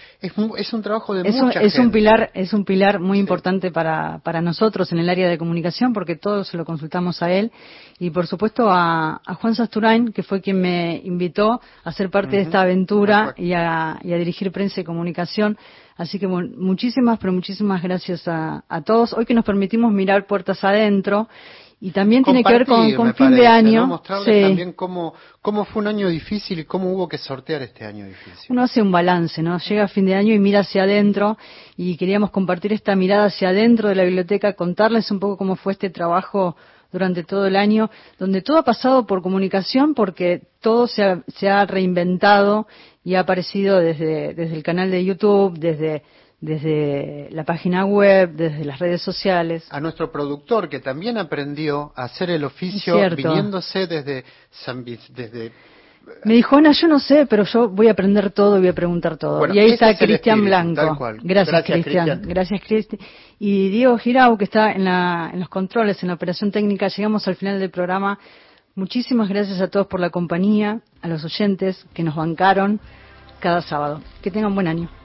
Es un trabajo de mucha gente. Es un pilar muy importante para nosotros en el área de comunicación, porque todos se lo consultamos a él. Y por supuesto a Juan Sasturain, que fue quien me invitó a ser parte de esta aventura y a dirigir prensa y comunicación. Así que muchísimas gracias a todos. Hoy que nos permitimos mirar puertas adentro, y también tiene que ver con fin de año. ¿No? Mostrarles también cómo fue un año difícil y cómo hubo que sortear este año difícil. Uno hace un balance, ¿no? Llega a fin de año y mira hacia adentro, y queríamos compartir esta mirada hacia adentro de la biblioteca, contarles un poco cómo fue este trabajo durante todo el año, donde todo ha pasado por comunicación, porque todo se ha reinventado y ha aparecido desde el canal de YouTube, desde la página web, desde las redes sociales. A nuestro productor, que también aprendió a hacer el oficio viniéndose desde Me dijo, Ana, yo no sé, pero yo voy a aprender todo y voy a preguntar todo. Bueno, y ahí está Cristian Blanco. Tal cual. Gracias Cristian. Gracias, Cristian. Y Diego Girau, que está en los controles, en la operación técnica. Llegamos al final del programa. Muchísimas gracias a todos por la compañía, a los oyentes que nos bancaron cada sábado. Que tengan buen año.